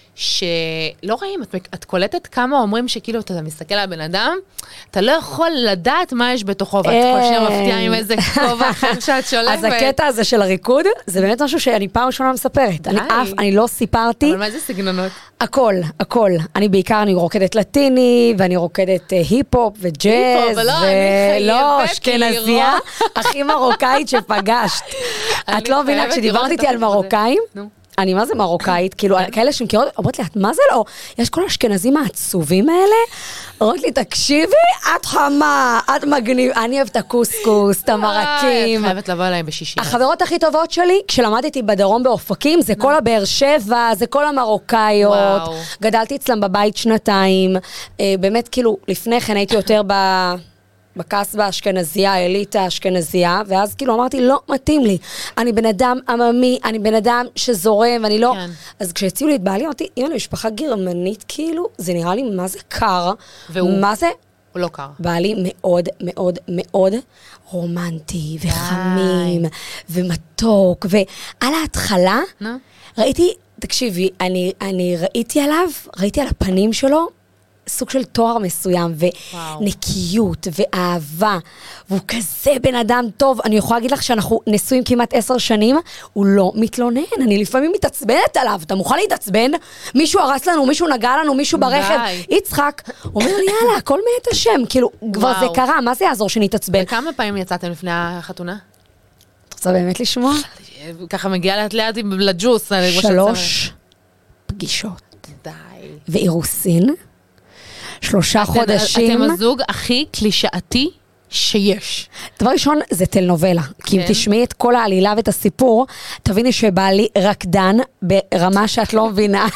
שלא רואים, את קולטת כמה אומרים שכאילו אתה מסתכל על הבן אדם, אתה לא יכול לדעת מה יש בתוכו, ואת כל שנייה מפתיעה עם איזה כובע אחר שאת שולפת. אז הקטע הזה של הריקוד, זה באמת משהו שאני פעם ראשונה מספרת. אני לא סיפרתי. אבל מה זה סגנונות? הכל. אני בעיקר, אני רוקדת לטיני, ואני רוקדת היפ-הופ וג'אז. היפ-הופ, ולא, אני ולא, חייבת אשכנזיה, הכי מרוקאית שפגשת. את לא מבינה, כשדיברת איתי על מרוקאים, אני מה זה מרוקאית, כאילו, כאלה שמכירות, אומרת לי, את מה זה לא? יש כל האשכנזים העצובים האלה? אומרת לי, תקשיבי, את חמה, את מגניב, אני אוהבת את הקוסקוס, את המרקים. את חייבת לבוא אליי בשישי. החברות הכי טובות שלי, כשלמדתי בדרום באופקים, זה כל הבאר שבע, זה כל המרוקאיות. גדלתי אצלם בבית 2 באמת, כאילו, לפני כן הייתי יותר בקסבה האשכנזייה, האליטה האשכנזייה, ואז כאילו אמרתי, לא מתאים לי. אני בן אדם עממי, אני בן אדם שזורם, ואני לא... כן. אז כשהציעו לי את בעלי, אמרתי, אם אני משפחה גרמנית, כאילו, זה נראה לי מה זה קר, מה זה הוא לא קר. בעלי מאוד מאוד מאוד רומנטי וחמים ומתוק, ועל ההתחלה ראיתי, תקשיבי, אני ראיתי על הפנים שלו סוג של תואר מסוים, ונקיות ואהבה, והוא כזה בן אדם טוב. אני יכולה להגיד לך שאנחנו נשואים כמעט 10 שנים, הוא לא מתלונן, אני לפעמים מתעצבנת עליו, אתה מוכן להתעצבן? מישהו הרס לנו, מישהו נגע לנו, מישהו ברכב, יצחק, הוא אומר לי, יאללה, הכל מאת השם, כאילו, כבר זה קרה, מה זה יעזור שנתעצבן? וכמה פעמים יצאתם לפני החתונה? את רוצה באמת לשמוע? ככה מגיע לאט לאט לג'וס. 3 פגישות. די. ואירוסין. 3 חודשים. אתם הזוג הכי קלישאתי שיש. דבר ראשון, זה טלנובלה. כי אם תשמעי את כל העלילה ואת הסיפור, תביני שבעלי רקדן ברמה שאת לא מבינה.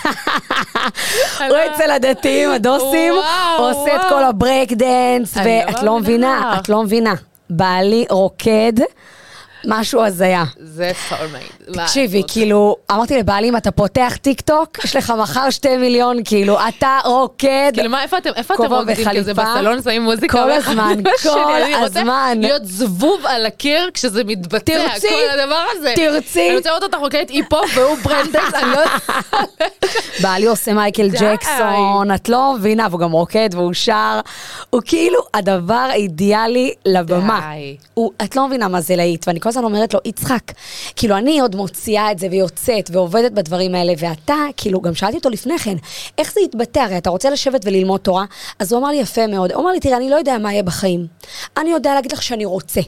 הוא אצל הדתיים, הדוסים, הוא עושה את כל הברייק דנס, ואת לא מבינה, את לא מבינה. בעלי רוקד, משהו הזיה. זה סולמייט. תקשיבי, כאילו, אמרתי לבעלי, אם אתה פותח טיק טוק, יש לך מחר 2 מיליון, כאילו, אתה רוקד. כאילו, איפה אתם רוקדים כזה בסלון, שמים מוזיקה? כל הזמן, כל הזמן. להיות זבוב על הקיר כשזה מתבצע, כל הדבר הזה. תרצי. אני רוצה לראות אותך רוקדת היפ-הופ והוא ברנדקס, אני לא יודעת. בעלי עושה מייקל ג'קסון, את לא מבינה, והוא גם רוקד והוא שר. הוא כאילו הדבר האידיאלי לבמה. את לא מבינה מה זה להיט, ואני כל הזמן אומרת לו, יצחק, כאילו אני עוד מוציאה את זה ויוצאת ועובדת בדברים האלה, ואתה, כאילו גם שאלתי אותו לפני כן, איך זה יתבטא? הרי אתה רוצה לשבת וללמוד תורה? אז הוא אמר לי יפה מאוד, הוא אמר לי, תראה, אני לא יודע מה יהיה בחיים, אני יודע להגיד לך שאני רוצה.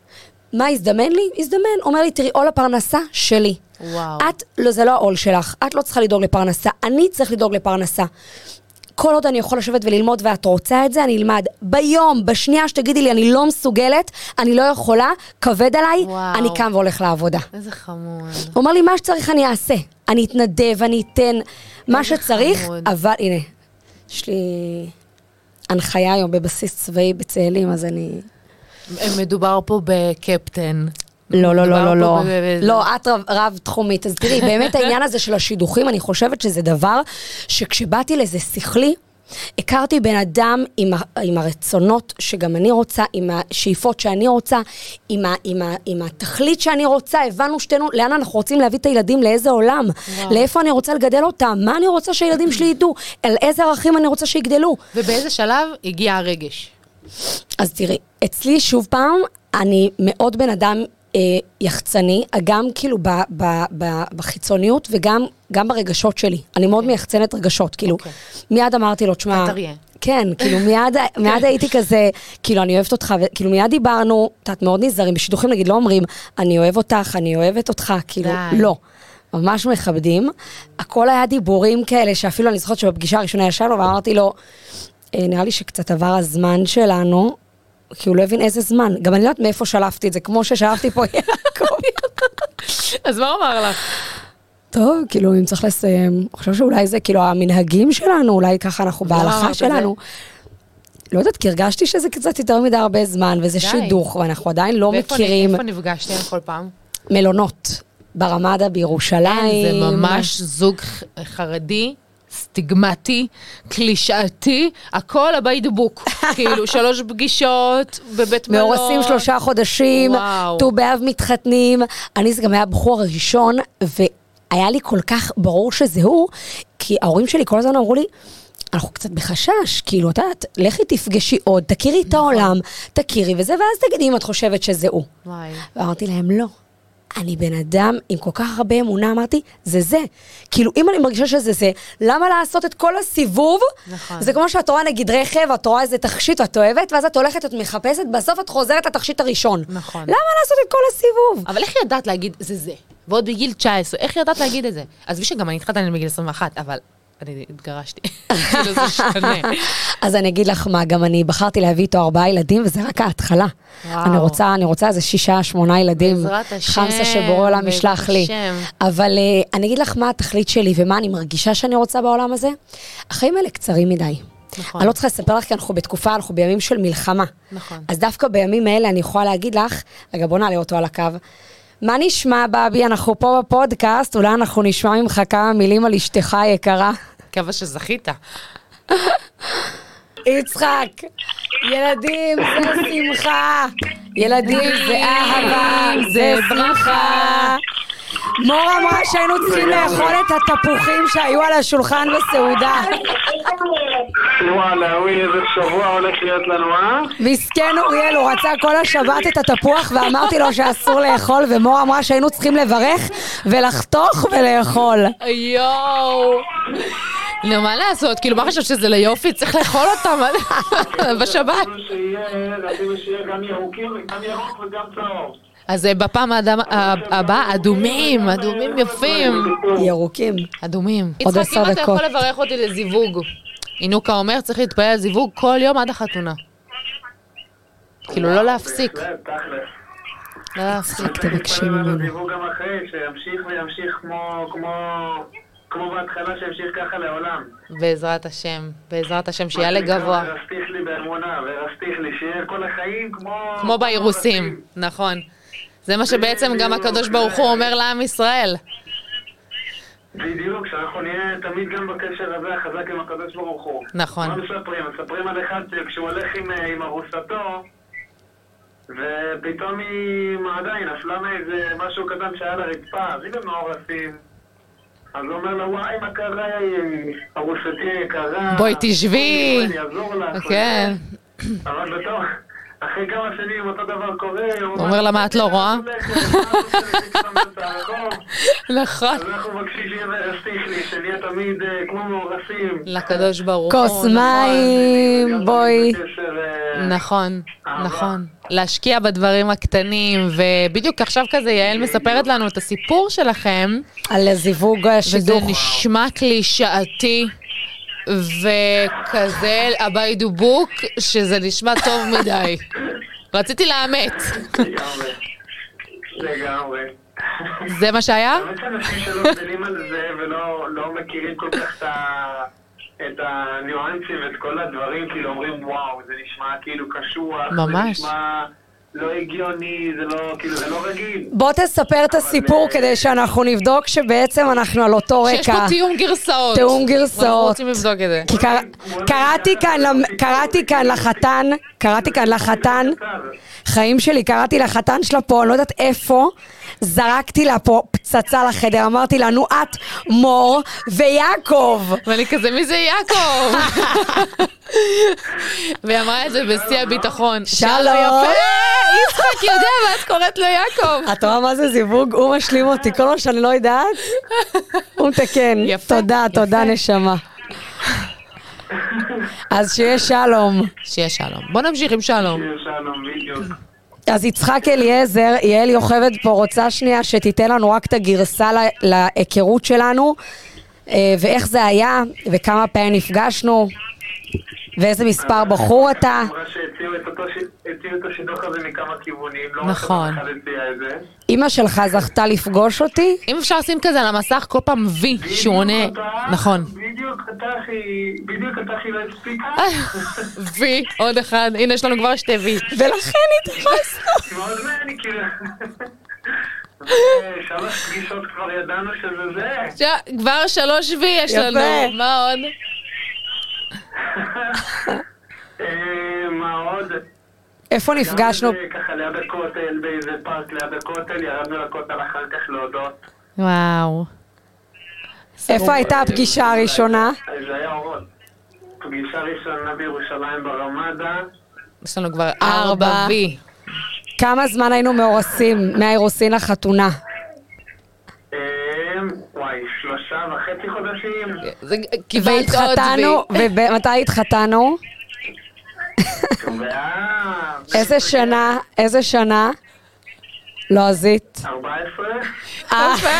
מה יזדמן לי? יזדמן. אומר לי, תראי, עול הפרנסה שלי. וואו. זה לא העול שלך, את לא צריכה לדאוג לפרנסה, אני צריך לדאוג לפרנסה. כל עוד אני יכול לשבת וללמוד ואת רוצה את זה, אני אלמד. ביום, בשנייה שתגידי לי, אני לא מסוגלת, אני לא יכולה, כבד עליי, וואו. אני קם והולך לעבודה. איזה חמוד. הוא אומר לי, מה שצריך אני אעשה. אני אתנדב, אני אתן מה שצריך, חמוד. אבל הנה, יש לי הנחיה היום בבסיס צבאי בצאלים, אז אני... מדובר פה בקפטן. לא, לא, את רב תחומית. אז תראי, באמת העניין הזה של השידוכים, אני חושבת שזה דבר שכשבאתי לזה שכלי, הכרתי בן אדם עם הרצונות שגם אני רוצה, עם השאיפות שאני רוצה, עם התכלית שאני רוצה, הבנו שתינו לאן אנחנו רוצים להביא את הילדים, לאיזה עולם, לאיפה אני רוצה לגדל אותם, מה אני רוצה שהילדים שלי ידעו, על איזה ערכים אני רוצה שיגדלו. ובאיזה שלב הגיע הרגש? אז תראי, אצלי שוב פעם, אני מאוד בן אדם יחצני, גם כאילו בחיצוניות וגם ברגשות שלי. אני מאוד מייחצנת רגשות, כאילו, מיד אמרתי לו, תשמע, כן, כאילו מיד הייתי כזה, כאילו אני אוהבת אותך, כאילו מיד דיברנו, את מאוד נזהרים, בשידוכים נגיד לא אומרים, אני אוהב אותך, אני אוהבת אותך, כאילו לא, ממש מכבדים. הכל היה דיבורים כאלה, שאפילו אני זוכרת שבפגישה הראשונה ישבנו, ואמרתי לו, נראה לי שקצת עבר הזמן שלנו, כי הוא לא הבין איזה זמן. גם אני לא יודעת מאיפה שלפתי את זה, כמו ששלפתי פה יעקב. אז מה הוא אמר לך? טוב, כאילו, אם צריך לסיים, אני חושב שאולי זה, כאילו, המנהגים שלנו, אולי ככה אנחנו בהלכה שלנו. לא יודעת, כי הרגשתי שזה קצת יותר מדי הרבה זמן, וזה שידוך, ואנחנו עדיין לא מכירים. ואיפה נפגשתם כל פעם? מלונות, ברמדה, בירושלים. זה ממש זוג חרדי. סטיגמטי, קלישאתי, הכל הבית דבוק. כאילו 3 פגישות בבית מלון. מאורסים 3 חודשים, ט"ו באב מתחתנים. אני זה גם היה הבחור הראשון, והיה לי כל כך ברור שזה הוא, כי ההורים שלי כל הזמן אמרו לי, אנחנו קצת בחשש, כאילו, אתה יודעת, לכי תפגשי עוד, תכירי את העולם, תכירי וזה, ואז תגידי אם את חושבת שזה הוא. ואמרתי להם, לא. אני בן אדם עם כל כך הרבה אמונה, אמרתי, זה. כאילו, אם אני מרגישה שזה זה, למה לעשות את כל הסיבוב? נכון. זה כמו שאת רואה נגיד רכב, את רואה איזה תכשיט, ואת אוהבת, ואז את הולכת, את מחפשת, בסוף את חוזרת לתכשיט הראשון. נכון. למה לעשות את כל הסיבוב? אבל איך ידעת להגיד, זה? ועוד בגיל 19, איך ידעת להגיד את זה? אז שגם אני התחתנתי בגיל 21, אבל אני התגרשתי. כאילו זה שונה. אז אני אגיד לך מה, גם אני בחרתי להביא איתו 4 ילדים, וזה רק ההתחלה. אני רוצה איזה 6-8 ילדים. בעזרת השם. חמסה שבורא עולם ישלח לי. אבל אני אגיד לך מה התכלית שלי, ומה אני מרגישה שאני רוצה בעולם הזה. החיים האלה קצרים מדי. נכון. אני לא צריכה לספר לך, כי אנחנו בתקופה, אנחנו בימים של מלחמה. נכון. אז דווקא בימים האלה אני יכולה להגיד לך, רגע בוא נעלה אותו על הקו, מה נשמע בבי, אנחנו פה בפודקאסט, אולי אנחנו נשמע ממך כמה מילים על אשתך היקרה. מקווה שזכית. יצחק, ילדים זה שמחה, ילדים זה אהבה, זה ברכה. מור אמרה שהיינו צריכים לאכול את התפוחים שהיו על השולחן בסעודה. וואלה, אוי, איזה שבוע הולך להיות לנו, מסכן אוריאל, הוא רצה כל השבת את התפוח ואמרתי לו שאסור לאכול, ומור אמרה שהיינו צריכים לברך ולחתוך ולאכול. יואו. נו, מה לעשות? כאילו, מה חשבת שזה ליופי? צריך לאכול אותם בשבת. רצינו שיהיה גם ירוקים וגם ירוק וגם צהוב. אז בפעם הבאה, אדומים יפים. ירוקים. אדומים. עוד יצחק, 10 אם אתה דקות. יכול לברך אותי לזיווג. אינוקה אומר, צריך להתפלל על זיווג כל יום עד החתונה. כאילו, לא להפסיק. לא להפסיק. תבקשי ממנו. זיווג גם אחרי, שימשיך וימשיך כמו בהתחלה, שימשיך ככה לעולם. בעזרת השם, שיעלה גבוה. ורסתיך לי באמונה, ורסתיך לי, שיהיה כל החיים כמו באירוסים, נכון. זה מה שבעצם גם הקדוש ברוך הוא אומר לעם ישראל. בדיוק, שאנחנו נהיה תמיד גם בקשר הזה החזק עם הקדוש ברוך הוא. נכון. מה מספרים? מספרים על אחד כשהוא הולך עם ארוסתו, ופתאום היא עדיין נפלה מאיזה משהו קטן שהיה לה רצפה, אז היא במאורסים. אז הוא אומר לה, וואי, מה קרה, ארוסתי יקרה? בואי תשבי. אני אעזור לך. כן. אבל בתור, אחרי כמה שנים אותו דבר קורה, הוא אומר לה, מה את לא רואה? נכון. אז אנחנו מבקשים שיהיה ורסתיך לי, שנהיה תמיד כמו מאורסים. לקדוש ברוך הוא. כוס מים, בואי. נכון. להשקיע בדברים הקטנים, ובדיוק עכשיו כזה יעל מספרת לנו את הסיפור שלכם. על זיווג השידוך. וזה נשמע קלישאתי. וכזה אביי דובוק, שזה נשמע טוב מדי. רציתי לאמת. לגמרי. זה מה שהיה? באמת שאנשים שלא גדלים על זה ולא מכירים כל כך את הניואנסים ואת כל הדברים, כאילו אומרים וואו, זה נשמע כאילו קשוח, ממש. זה נשמע לא הגיוני, זה לא, כאילו, זה לא רגיל. בוא תספר את הסיפור כדי שאנחנו נבדוק שבעצם אנחנו על אותו רקע. שיש פה תיאום גרסאות. תיאום גרסאות. אנחנו רוצים לבדוק את זה. כי קראתי כאן לחתן, חיים שלי, קראתי לחתן שלה פה, אני לא יודעת איפה, זרקתי לה פה פצצה לחדר, אמרתי לה, נו את, מור ויעקב. ואני כזה, מי זה יעקב? והיא אמרה את זה בשיא הביטחון. שלום. יפה, יצחק יודע ואת קוראת לו יעקב. את רואה מה זה זיווג? הוא משלים אותי, כל מה שאני לא יודעת, הוא מתקן. יפה. תודה נשמה. אז שיהיה שלום. שיהיה שלום. בוא נמשיך עם שלום. שיהיה שלום, בדיוק. אז יצחק אליעזר, יעל יוכבד פה רוצה שנייה שתיתן לנו רק את הגרסה להיכרות שלנו, ואיך זה היה, וכמה פעמים נפגשנו, ואיזה מספר בחור אתה. אמרה שהציעו את השידוך הזה מכמה כיוונים, לא נכון. רק אחד הציע את זה. אמא שלך זכתה לפגוש אותי? אם אפשר לשים כזה על המסך כל פעם וי שהוא עונה. נכון. בדיוק התחי לא הספיקה. וי, עוד אחד. הנה יש לנו כבר 2 וי. ולכן התחסנו. מאוד מעניין, כאילו. 3 פגישות כבר ידענו שזה זה. כבר 3 וי יש יפה. לנו. מה עוד? מה עוד? איפה נפגשנו? ככה ליד הכותל, באיזה פארק ליד הכותל, ירדנו לכותל אחר כך להודות. וואו. איפה הייתה הפגישה הראשונה? זה היה אורות. פגישה ראשונה בירושלים ברמדה. יש לנו כבר 4 וי. כמה זמן היינו מאורסים מהאירוסין לחתונה? וואי, 3.5 חודשים. קיבלת עוד וי. ומתי התחתנו? איזה שנה? לועזית. 14.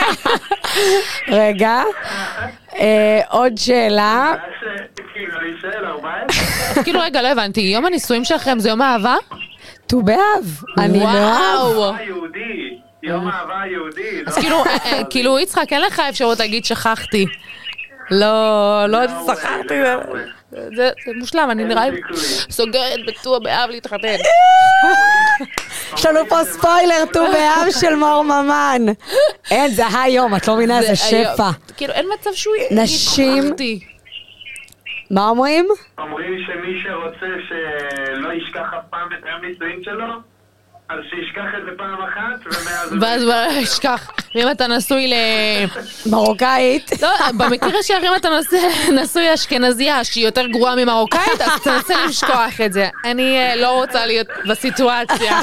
רגע. עוד שאלה. כאילו, אני שואל, 14? כאילו רגע, לא הבנתי, יום הנישואים שלכם זה יום האהבה? ט"ו באב. אני מאוהב. וואו. יום האהבה היהודי. אז כאילו יצחק, אין לך אפשרות להגיד שכחתי. לא שכחתי. זה מושלם, אני נראה לי סוגרת בט"ו באב להתחתן. יש לנו פה ספוילר, ט"ו באב של מור ממן. אין, זה היום, את לא מבינה, זה שפע. כאילו אין מצב שהוא יגיד נשים- שכחתי. מה אומרים? אומרים שמי שרוצה שלא ישכח אף פעם את היום נישואין שלו, אז שישכח את זה פעם אחת, ומאז... ואז ישכח. ואם אתה נשוי מרוקאית. לא, במקרה שאם אתה נשוי אשכנזיה שהיא יותר גרועה ממרוקאית, אז תנסה לשכוח את זה. אני לא רוצה להיות בסיטואציה.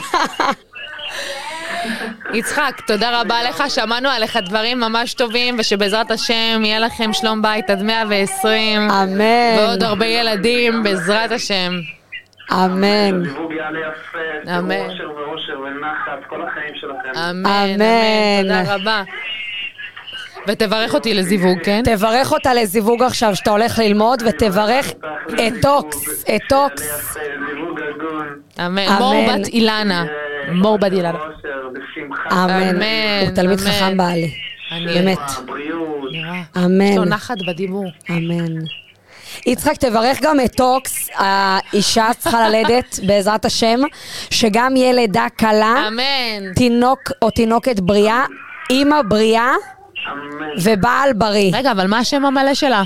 יצחק, תודה רבה לך, שמענו עליך דברים ממש טובים, ושבעזרת השם יהיה לכם שלום בית עד 120. אמן. ועוד הרבה ילדים, בעזרת השם. אמן. זיווג יעלה יפה, אמן. אושר ואושר ונחת, כל החיים שלכם. אמן, אמן, תודה רבה. ותברך אותי לזיווג, כן? תברך אותה לזיווג עכשיו שאתה הולך ללמוד, ותברך את טוקס, את טוקס. זיווג הגון. אמן. מור בת אילנה. מור בת אילנה. אושר, בשמחה. אמן. הוא תלמיד חכם בעלי. באמת. בריאות. אמן. יש לו נחת בדיבור. אמן. יצחק, תברך גם את טוקס, האישה צריכה ללדת בעזרת השם, שגם יהיה לידה קלה, אמן. תינוק או תינוקת בריאה, אמא בריאה אמן. ובעל בריא. רגע, אבל מה השם המלא שלה?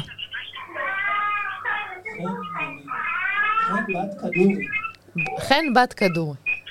חן בת כדורי.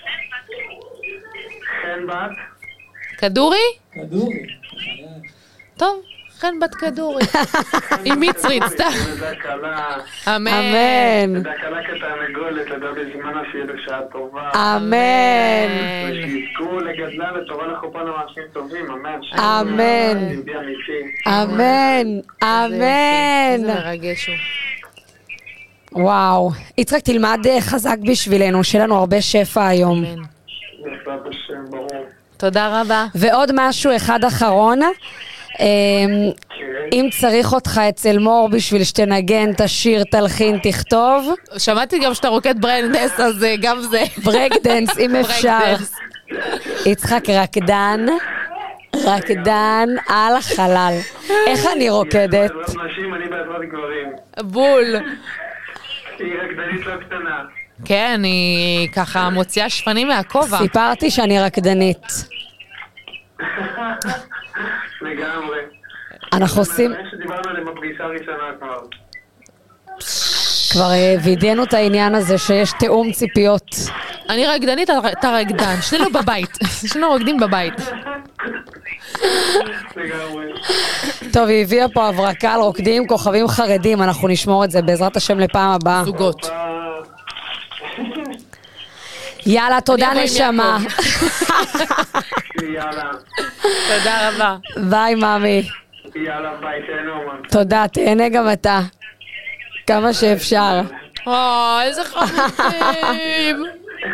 חן בת? כדורי? כדורי. טוב, חן בת כדורי. עם מצרית, סתם. לידה קלה. אמן. אמן. לידה קלה כתרנגולת, לידה בזמנה שיהיה בשעה טובה. אמן. ושיזכו לגדלה לטובה לחופה למעשים טובים, אמן. אמן. יהודי אמיתי. אמן. אמן. איזה מרגש הוא. וואו. יצחק, תלמד חזק בשבילנו, שיהיה לנו הרבה שפע היום. אמן. בעזרת השם, ברור. תודה רבה. ועוד משהו אחד אחרון, אם צריך אותך אצל מור בשביל שתנגן, תשיר, תלחין, תכתוב, שמעתי גם שאתה רוקד ברנדס, אז גם זה. ברקדנס אם אפשר. ברקדנס. יצחק רקדן על החלל. איך אני רוקדת? בעזרת נשים, אני בעזרת גברים. בול. היא רקדנית לא קטנה. כן, היא ככה מוציאה שפנים מהכובע. סיפרתי שאני רקדנית. לגמרי. אנחנו עושים, דברים שדיברנו עליהם בפגישה הראשונה כבר. כבר וידאנו את העניין הזה שיש תאום ציפיות. אני רקדנית, אתה רקדן. שנינו בבית. שנינו רוקדים בבית. לגמרי. טוב, היא הביאה פה הברקה על רוקדים כוכבים חרדים, אנחנו נשמור את זה בעזרת השם לפעם הבאה. זוגות. יאללה, תודה אני אבוא עם נשמה. יאללה. תודה רבה. ביי ממי. יאללה, ביי, תהנו. תודה, תהנה גם אתה. כמה שאפשר. איזה חמודים.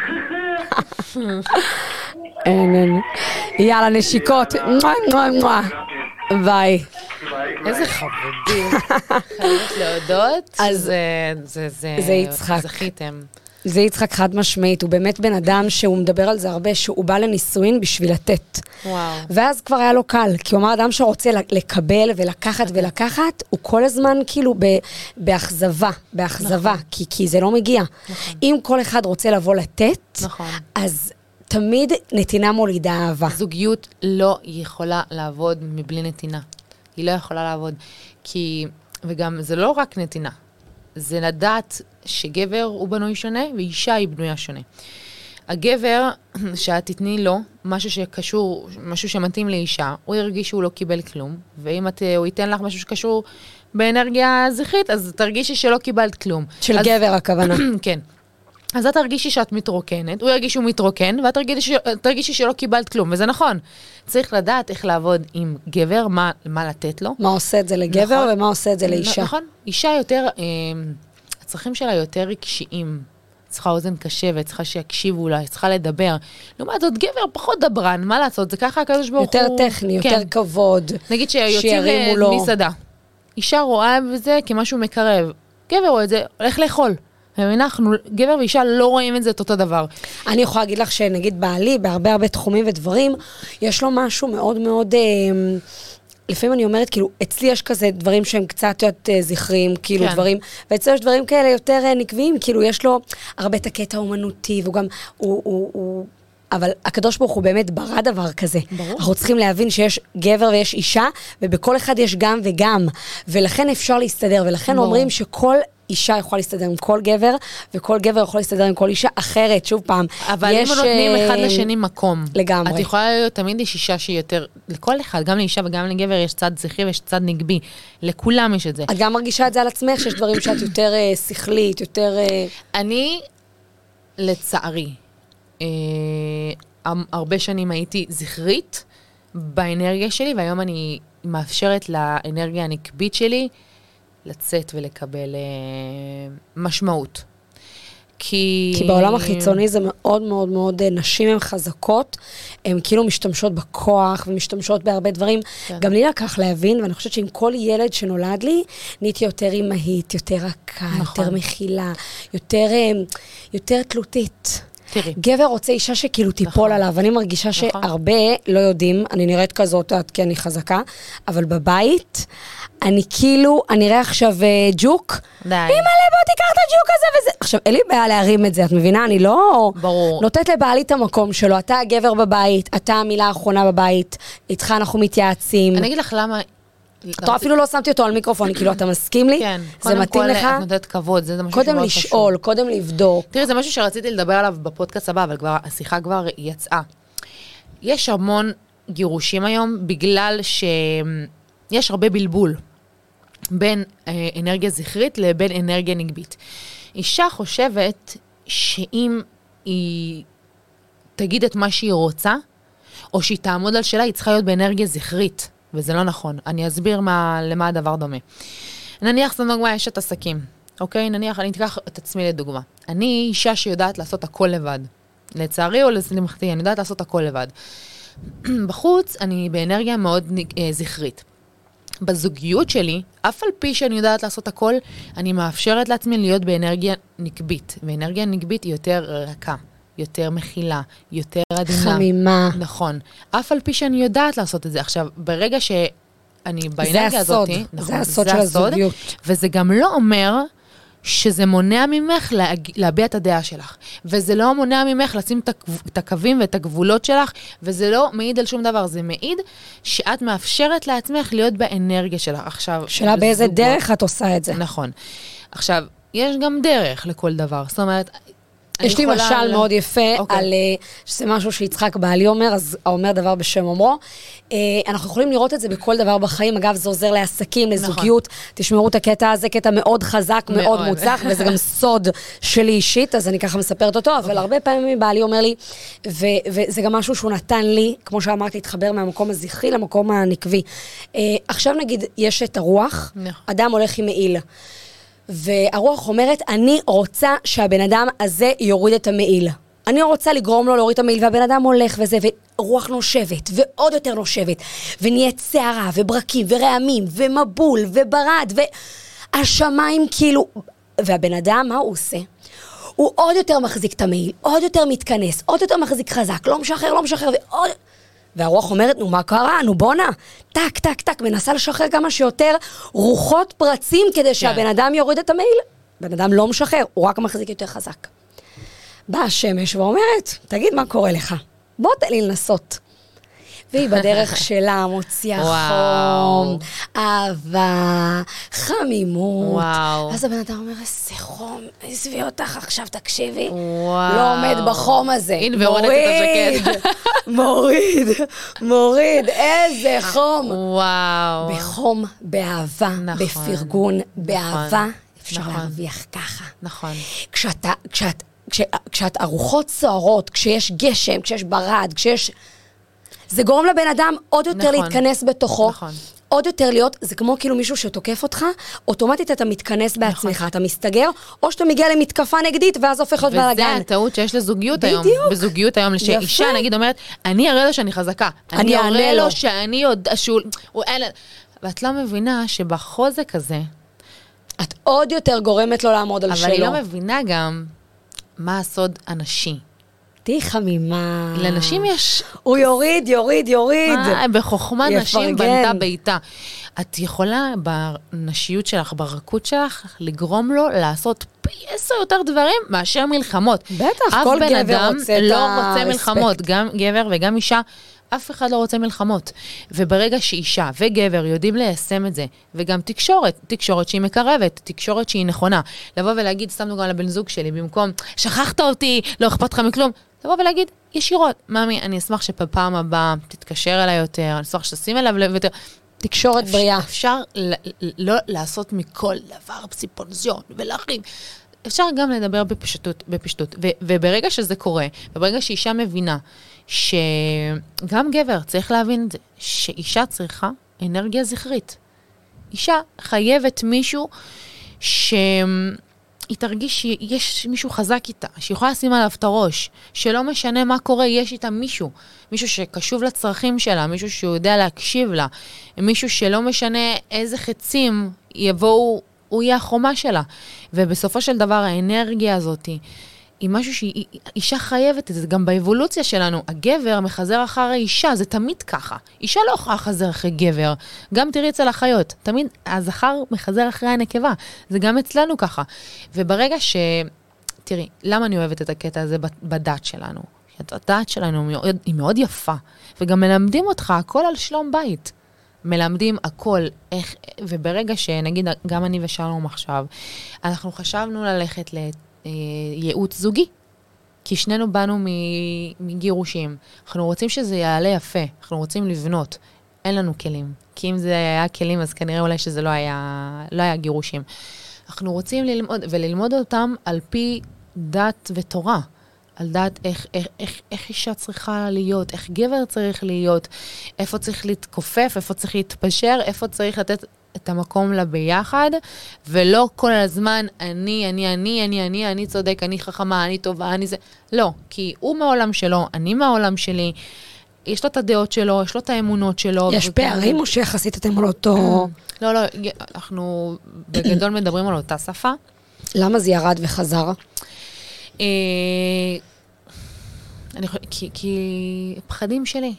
אין. יאללה, נשיקות. מואה, מואה, מואה. ביי. ביי. איזה חמודים. חייבת להודות. אז זה יצחק. זכיתם. זה יצחק חד משמעית, הוא באמת בן אדם שהוא מדבר על זה הרבה, שהוא בא לנישואין בשביל לתת. וואו. ואז כבר היה לו קל, כי הוא אמר אדם שרוצה לקבל ולקחת ולקחת, הוא כל הזמן כאילו באכזבה, כי זה לא מגיע. אם כל אחד רוצה לבוא לתת, אז תמיד נתינה מולידה אהבה. זוגיות לא יכולה לעבוד מבלי נתינה. היא לא יכולה לעבוד. וגם זה לא רק נתינה. זה לדעת שגבר הוא בנוי שונה, ואישה היא בנויה שונה. הגבר, שאת תתני לו משהו שקשור, משהו שמתאים לאישה, הוא ירגיש שהוא לא קיבל כלום, ואם הוא ייתן לך משהו שקשור באנרגיה זכרית, אז תרגישי שלא קיבלת כלום. של גבר הכוונה. כן. אז את תרגישי שאת מתרוקנת, הוא ירגיש שהוא מתרוקן, ואת תרגישי שלא קיבלת כלום, וזה נכון. צריך לדעת איך לעבוד עם גבר, מה לתת לו. מה עושה את זה לגבר ומה עושה את זה לאישה. נכון. אישה יותר, הצרכים שלה יותר רגשיים. צריכה אוזן קשבת, צריכה שיקשיבו לה, צריכה לדבר. לעומת זאת, גבר פחות דברן, מה לעשות? זה ככה הקדוש ברוך הוא... יותר טכני, יותר כבוד. נגיד שיוצאים מסעדה. אישה רואה בזה כמשהו מקרב. גבר רואה את זה, הולך לאכול. אנחנו, גבר ואישה לא רואים את זה את אותו דבר. אני יכולה להגיד לך שנגיד בעלי, בהרבה תחומים ודברים, יש לו משהו מאוד מאוד, לפעמים אני אומרת, כאילו, אצלי יש כזה דברים שהם קצת יותר זכריים, כאילו דברים, ואצלי יש דברים כאלה יותר נקביים, כאילו יש לו הרבה את הקטע האומנותי, והוא גם, אבל הקדוש ברוך הוא באמת ברא דבר כזה. ברור. אנחנו צריכים להבין שיש גבר ויש אישה, ובכל אחד יש גם וגם, ולכן אפשר להסתדר, ולכן אומרים שכל אישה יכולה להסתדר עם כל גבר, וכל גבר יכול להסתדר עם כל אישה אחרת, שוב פעם. אבל אם נותנים אחד לשני מקום. לגמרי. את יכולה להיות תמיד אישה שהיא יותר, לכל אחד, גם לאישה וגם לגבר, יש צד זכרי ויש צד נגבי. לכולם יש את זה. את גם מרגישה את זה על עצמך, שיש דברים שאת יותר שכלית, יותר... אני, לצערי, הרבה שנים הייתי זכרית באנרגיה שלי, והיום אני מאפשרת לאנרגיה הנקבית שלי לצאת ולקבל משמעות. כי בעולם החיצוני זה מאוד מאוד מאוד, נשים הן חזקות, הן כאילו משתמשות בכוח ומשתמשות בהרבה דברים. כן. גם לי לקח להבין, ואני חושבת שעם כל ילד שנולד לי, נהייתי יותר אימהית, יותר רכה, נכון. יותר מכילה, יותר תלותית. תראי. גבר רוצה אישה שכאילו תיפול נכון. עליו, אני מרגישה נכון. שהרבה לא יודעים, אני נראית כזאת, כי אני חזקה, אבל בבית, אני כאילו, אני אראה עכשיו ג'וק, די. אמא בוא תיקח את הג'וק הזה וזה. עכשיו, אין לי בעיה להרים את זה, את מבינה? אני לא... ברור. נותנת לבעלי את המקום שלו, אתה הגבר בבית, אתה המילה האחרונה בבית, איתך אנחנו מתייעצים. אני אגיד לך למה... אתה אפילו לא שמתי אותו על מיקרופון, כאילו, אתה מסכים לי? כן. זה מתאים לך? את נותנת כבוד, זה משהו קודם לשאול, קודם לבדוק. תראי, זה משהו שרציתי לדבר עליו בפודקאסט הבא, אבל כבר, השיחה כבר יצאה. יש המון גירושים היום, בגלל שיש הרבה בלבול בין אנרגיה זכרית לבין אנרגיה נגבית. אישה חושבת שאם היא תגיד את מה שהיא רוצה, או שהיא תעמוד על שלה, היא צריכה להיות באנרגיה זכרית. וזה לא נכון. אני אסביר למה הדבר דומה. נניח, זאת דוגמה, יש את עסקים. אוקיי? נניח, אני אקח את עצמי לדוגמה. אני אישה שיודעת לעשות הכל לבד. לצערי או לשמחתי, אני יודעת לעשות הכל לבד. בחוץ, אני באנרגיה מאוד זכרית. בזוגיות שלי, אף על פי שאני יודעת לעשות הכל, אני מאפשרת לעצמי להיות באנרגיה נקבית. ואנרגיה נקבית היא יותר רכה. יותר מכילה, יותר עדינה. חמימה. נכון. אף על פי שאני יודעת לעשות את זה. עכשיו, ברגע שאני באנרגיה הזאת... זה הסוד. נכון, זה הסוד של הזוגיות. וזה גם לא אומר שזה מונע ממך להביע את הדעה שלך. וזה לא מונע ממך לשים את הקווים ואת הגבולות שלך, וזה לא מעיד על שום דבר. זה מעיד שאת מאפשרת לעצמך להיות באנרגיה שלך. עכשיו... שאלה באיזה דרך את עושה את זה. נכון. עכשיו, יש גם דרך לכל דבר. זאת אומרת... יש לי משל מאוד יפה על, שזה משהו שיצחק בעלי אומר, אז אומר דבר בשם אומרו. אנחנו יכולים לראות את זה בכל דבר בחיים, אגב, זה עוזר לעסקים, לזוגיות, תשמעו את הקטע הזה, קטע מאוד חזק, מאוד מוצלח, וזה גם סוד שלי אישית, אז אני ככה מספרת אותו, אבל הרבה פעמים בעלי אומר לי, וזה גם משהו שהוא נתן לי, כמו שאמרתי, להתחבר מהמקום הזכרי למקום הנקבי. עכשיו נגיד, יש את הרוח, אדם הולך עם מעיל. והרוח אומרת, אני רוצה שהבן אדם הזה יוריד את המעיל. אני רוצה לגרום לו להוריד את המעיל, והבן אדם הולך וזה, ורוח נושבת, ועוד יותר נושבת, ונהיית שערה, וברקים, ורעמים, ומבול, וברד, והשמיים כאילו... והבן אדם, מה הוא עושה? הוא עוד יותר מחזיק את המעיל, עוד יותר מתכנס, עוד יותר מחזיק חזק, לא משחרר, ועוד... והרוח אומרת, נו, מה קרה? נו, בונה. טק, טק, טק, מנסה לשחרר כמה שיותר רוחות פרצים כדי שהבן אדם יוריד את המעיל. בן אדם לא משחרר, הוא רק מחזיק יותר חזק. באה השמש ואומרת, תגיד מה קורה לך? בוא תן לי לנסות. והיא בדרך שלה מוציאה חום, אהבה, חמימות. אז הבן אדם אומר, איזה חום, עזבי אותך עכשיו, תקשיבי. לא עומד בחום הזה. הנה, והורדת את השקט. מוריד, איזה חום. וואו. בחום, באהבה, בפרגון, באהבה, אפשר להרוויח ככה. נכון. כשאת ארוחות סוערות, כשיש גשם, כשיש ברד, זה גורם לבן אדם עוד יותר להתכנס בתוכו, עוד יותר להיות, זה כמו כאילו מישהו שתוקף אותך, אוטומטית אתה מתכנס בעצמך, אתה מסתגר, או שאתה מגיע למתקפה נגדית, ואז הופך להיות בלגן. וזה הטעות שיש לזוגיות היום. בזוגיות היום, שאישה נגיד אומרת, אני אראה לו שאני חזקה, אני אראה לו שאני יודע שהוא... ואת לא מבינה שבחוזק הזה... את עוד יותר גורמת לו לעמוד על שלו. אבל היא לא מבינה גם מה הסוד הנשי. תהי חמימה. לנשים יש... הוא יוריד. בחוכמה נשים בנתה ביתה. את יכולה בנשיות שלך, ברכות שלך, לגרום לו לעשות פי 10 יותר דברים מאשר מלחמות. בטח, כל גבר רוצה את לא רוצה מלחמות, גם גבר וגם אישה. אף אחד לא רוצה מלחמות. וברגע שאישה וגבר יודעים ליישם את זה, וגם תקשורת שהיא מקרבת, תקשורת שהיא נכונה, לבוא ולהגיד, שמנו גם לבן זוג שלי, במקום, שכחת אותי, לא אכפת לך מכלום, לבוא ולהגיד, ישירות, מאמי, אני אשמח שבפעם הבאה תתקשר אליי יותר, אני אשמח שתשים אליו לב יותר. תקשורת בריאה. אפשר לא לעשות מכל דבר פסיפונזיון ולהחרים. אפשר גם לדבר בפשטות. וברגע שזה קורה, וברגע שאישה מבינה שגם גבר צריך להבין את זה, שאישה צריכה אנרגיה זכרית. אישה חייבת מישהו היא תרגיש שיש מישהו חזק איתה, שיכולה לשים עליו את הראש, שלא משנה מה קורה, יש איתה מישהו שקשוב לצרכים שלה, מישהו שהוא יודע להקשיב לה, מישהו שלא משנה איזה חצים יבואו, הוא יהיה החומה שלה. ובסופו של דבר האנרגיה הזאת היא משהו שאישה חייבת את זה, גם באבולוציה שלנו, הגבר מחזר אחר האישה, זה תמיד ככה. אישה לא יכולה לחזר אחרי גבר, גם תראי אצל החיות, תמיד הזכר מחזר אחרי הנקבה, זה גם אצלנו ככה. וברגע תראי, למה אני אוהבת את הקטע הזה בדת שלנו? הדת שלנו היא מאוד יפה, וגם מלמדים אותך הכל על שלום בית. מלמדים הכל, איך, וברגע שנגיד, גם אני ושלום עכשיו, אנחנו חשבנו ללכת ייעוץ זוגי, כי שנינו באנו מגירושים. אנחנו רוצים שזה יעלה יפה, אנחנו רוצים לבנות. אין לנו כלים. כי אם זה היה כלים, אז כנראה אולי שזה לא היה גירושים. אנחנו רוצים ללמוד, וללמוד אותם על פי דת ותורה. על דת איך אישה צריכה להיות, איך גבר צריך להיות, איפה צריך להתכופף, איפה צריך להתפשר, איפה צריך לתת את המקום לה ביחד, ולא כל הזמן אני צודק, אני חכמה, אני טובה, אני זה. לא, כי הוא מהעולם שלו, אני מהעולם שלי, יש לו את הדעות שלו, יש לו את האמונות שלו. יש פערים או שיחסית אתם על אותו... לא, אנחנו בגדול מדברים על אותה שפה. למה זה ירד וחזר? כי פחדים שלי.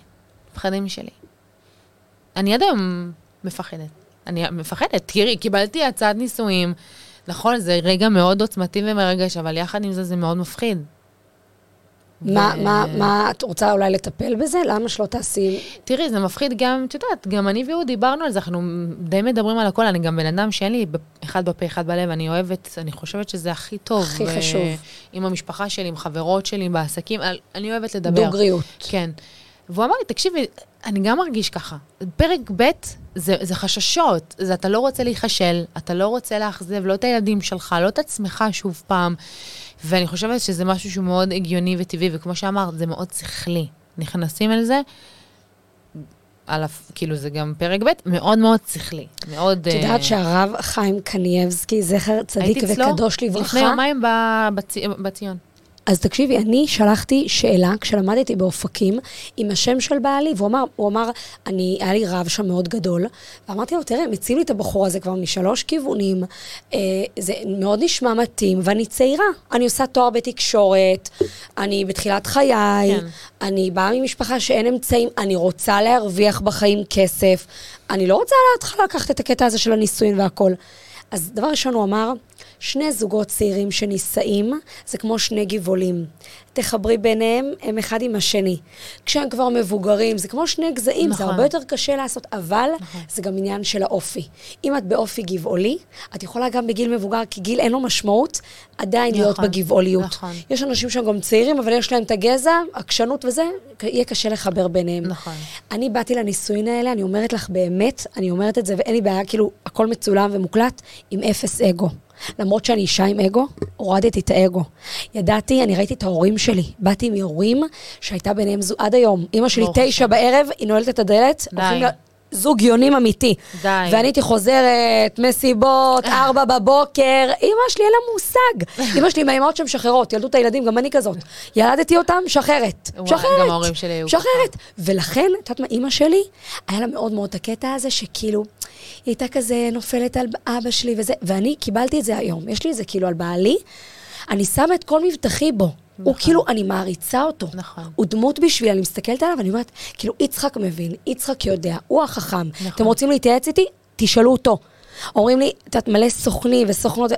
אני עד היום מפחדת. אני מפחדת, תראי, קיבלתי הצעת נישואים, נכון, זה רגע מאוד עוצמתי ומרגש, אבל יחד עם זה מאוד מפחיד. מה, את רוצה אולי לטפל בזה? למה שלא תעשי? תראי, זה מפחיד גם, את יודעת, גם אני והוא דיברנו על זה, אנחנו די מדברים על הכל, אני גם בן אדם שאין לי אחד בפה, אחד בלב, אני אוהבת, אני חושבת שזה הכי טוב. הכי חשוב. עם המשפחה שלי, עם חברות שלי, בעסקים, אני אוהבת לדבר. דוגריות. כן. והוא אמר לי, תקשיבי, אני גם מרגיש ככה. פרק ב' זה חששות, זה אתה לא רוצה להיחשל, אתה לא רוצה להחזב, לא את הילדים שלך, לא את עצמך שוב פעם. ואני חושבת שזה משהו שהוא מאוד הגיוני וטבעי, וכמו שאמרת, זה מאוד שכלי. נכנסים אל זה, כאילו זה גם פרק ב' מאוד מאוד שכלי. מאוד... את יודעת שהרב חיים קניאבסקי, זכר צדיק וקדוש לברכה. לפני יומיים בציון. אז תקשיבי, אני שלחתי שאלה, כשלמדתי באופקים, עם השם של בעלי, והוא אמר, היה לי רב שם מאוד גדול, ואמרתי לו, תראה, מציעים לי את הבחור הזה כבר משלוש כיוונים, זה מאוד נשמע מתאים, ואני צעירה, אני עושה תואר בתקשורת, אני בתחילת חיי, כן. אני באה ממשפחה שאין אמצעים, אני רוצה להרוויח בחיים כסף, אני לא רוצה להתחיל לקחת את הקטע הזה של הנישואין והכל. אז דבר ראשון הוא אמר, שני זוגות צעירים שנישאים, זה כמו שני גבעולים. תחברי ביניהם, הם אחד עם השני. כשהם כבר מבוגרים, זה כמו שני גזעים, נכון. זה הרבה יותר קשה לעשות, אבל נכון. זה גם עניין של האופי. אם את באופי גבעולי, את יכולה גם בגיל מבוגר, כי גיל אין לו משמעות, עדיין נכון. להיות בגבעוליות. נכון. יש אנשים שהם גם צעירים, אבל יש להם את הגזע, הקשנות וזה, יהיה קשה לחבר ביניהם. נכון. אני באתי לנישואין האלה, אני אומרת לך באמת, אני אומרת את זה, ואין לי בעיה, כאילו, הכל מצולם ומוקלט, עם אפס אגו. למרות שאני אישה עם אגו, הורדתי את האגו. ידעתי, אני ראיתי את ההורים שלי. באתי מהורים שהייתה ביניהם עד היום. אמא שלי 9 בערב, היא נועלת את הדלת, הולכים זוג יונים אמיתי. די. ואני הייתי חוזרת, מסיבות, 4 בבוקר, אמא שלי אין לה מושג. אמא שלי מהאימהות שהן משחררות, ילדו את הילדים, גם אני כזאת. ילדתי אותם, שחררת. גם ההורים שלי היו שחררת. ולכן, את יודעת מה, אמא שלי, היה לה מאוד מאוד את הקטע הזה, שכאילו, היא הייתה כזה נופלת על אבא שלי וזה, ואני קיבלתי את זה היום. יש לי את זה כאילו על בעלי, אני שמה את כל מבטחי בו. נכון. הוא כאילו, אני מעריצה אותו. נכון. הוא דמות בשביל, אני מסתכלת עליו, ואני אומרת, כאילו, יצחק מבין, יצחק יודע, הוא החכם. נכון. אתם רוצים להתייעץ איתי? תשאלו אותו. אומרים לי, את מלא סוכני וסוכנות,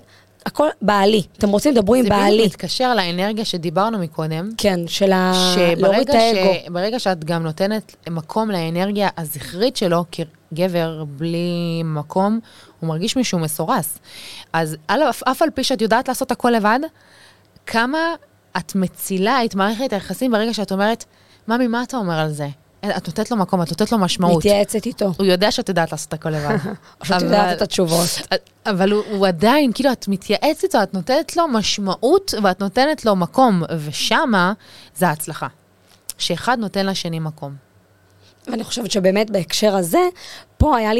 הכל בעלי. אתם רוצים, דברו עם בעלי. זה בדיוק מתקשר לאנרגיה שדיברנו מקודם. כן, של להוריד את האגו. ברגע שאת גם נותנת מקום לאנרגיה הזכרית שלו, כי גבר בלי מקום, הוא מרגיש מישהו מסורס. אז אף על פי שאת יודעת לעשות הכל לבד, כמה את מצילה את מערכת היחסים ברגע שאת אומרת, ממי, מה אתה אומר על זה? את נותנת לו מקום, את נותנת לו משמעות. מתייעצת איתו. הוא יודע שאת יודעת לעשות הכל לבד. או שאת יודעת את התשובות. אבל הוא עדיין, כאילו, את מתייעצת איתו, את נותנת לו משמעות, ואת נותנת לו מקום, ושמה זה ההצלחה. שאחד נותן לשני מקום. ואני חושבת שבאמת בהקשר הזה, פה היה לי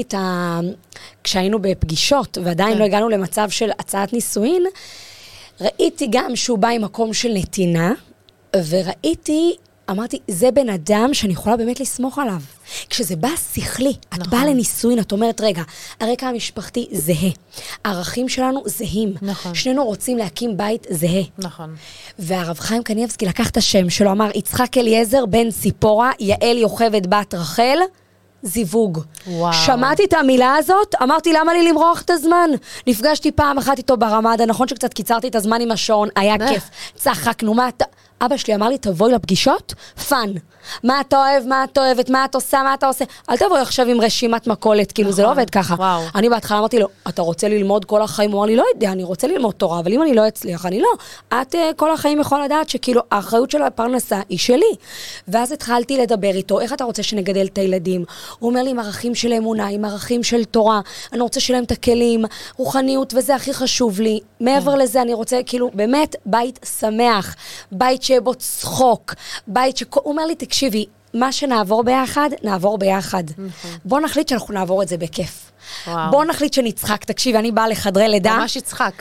כשהיינו בפגישות, ועדיין לא הגענו למצב של הצעת נישואין, ראיתי גם שהוא בא עם מקום של נתינה, וראיתי, אמרתי, זה בן אדם שאני יכולה באמת לסמוך עליו. כשזה בא שכלי, את באה לנישואין, את אומרת, רגע, הרקע המשפחתי זהה, הערכים שלנו זהים, שנינו רוצים להקים בית זהה. נכון. והרב חיים קניבסקי לקח את השם שלו, אמר, יצחק אליעזר בן ציפורה, יעל יוכבד בת רחל, זיווג. וואו. שמעתי את המילה הזאת, אמרתי, למה לי למרוח את הזמן? נפגשתי פעם אחת איתו ברמדה, נכון שקצת קיצרתי את הזמן עם השעון, היה כיף, צחקנו, מה אתה... אבא שלי אמר לי, תבואי לפגישות, פאן. מה אתה אוהב, מה את אוהבת, מה את עושה, מה אתה עושה. אל תבואי עכשיו עם רשימת מכולת, כאילו זה לא עובד ככה. וואו. אני בהתחלה אמרתי לו, אתה רוצה ללמוד כל החיים? הוא אמר לי, לא יודע, אני רוצה ללמוד תורה, אבל אם אני לא אצליח, אני לא. את כל החיים יכול לדעת שכאילו האחריות של הפרנסה היא שלי. ואז התחלתי לדבר איתו, איך אתה רוצה שנגדל את הילדים? הוא אומר לי, עם ערכים של אמונה, עם ערכים של תורה, אני רוצה שלהם את הכלים, רוחניות, וזה הכי חשוב לי. מעבר לזה, אני רוצה, כאילו, באמת, בית שמח, בית שבו צחוק, בית הוא אומר לי, תקשיבי, מה שנעבור ביחד, נעבור ביחד. בוא נחליט שאנחנו נעבור את זה בכיף. בוא נחליט שנצחק. תקשיבי, אני באה לחדרי לידה. ממש יצחק.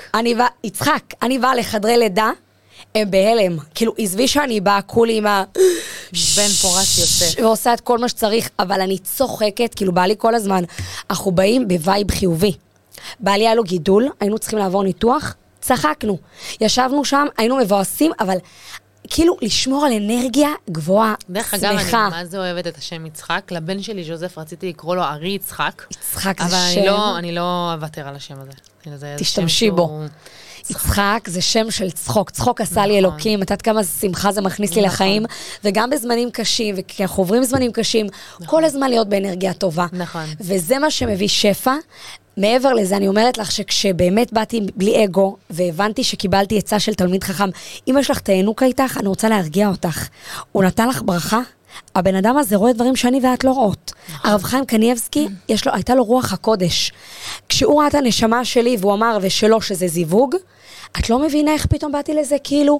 אני באה לחדרי לידה, הם בהלם. כאילו, עזבי שאני באה כולי עם בן פורס יוסף. ועושה את כל מה שצריך, אבל אני צוחקת, כאילו, בא לי כל הזמן. אנחנו באים בווייב חיובי. בעלי היה לו גידול, היינו צריכים לעבור ניתוח, צחקנו. ישבנו שם, היינו מבואסים, אבל כאילו לשמור על אנרגיה גבוהה, שמחה. דרך אגב, אני מה זה אוהבת את השם יצחק? לבן שלי, ז'וזף, רציתי לקרוא לו ארי יצחק. יצחק זה אבל שם. אני לא אוותר על השם הזה. תשתמשי בו. יצחק זה שם של צחוק. צחוק עשה לי אלוקים, את יודעת כמה שמחה זה מכניס לי לחיים, וגם בזמנים קשים, וכי אנחנו עוברים זמנים קשים, כל הזמן להיות באנרגיה טובה. נכון. וזה מה שמביא שפע. מעבר לזה, אני אומרת לך שכשבאמת באתי בלי אגו, והבנתי שקיבלתי עצה של תלמיד חכם, אם יש לך תענוק איתך, אני רוצה להרגיע אותך. הוא נתן לך ברכה, הבן אדם הזה רואה דברים שאני ואת לא רואות. הרב חיים קניבסקי, הייתה לו רוח הקודש. כשהוא ראה את הנשמה שלי, והוא אמר ושלו שזה זיווג, את לא מבינה איך פתאום באתי לזה, כאילו...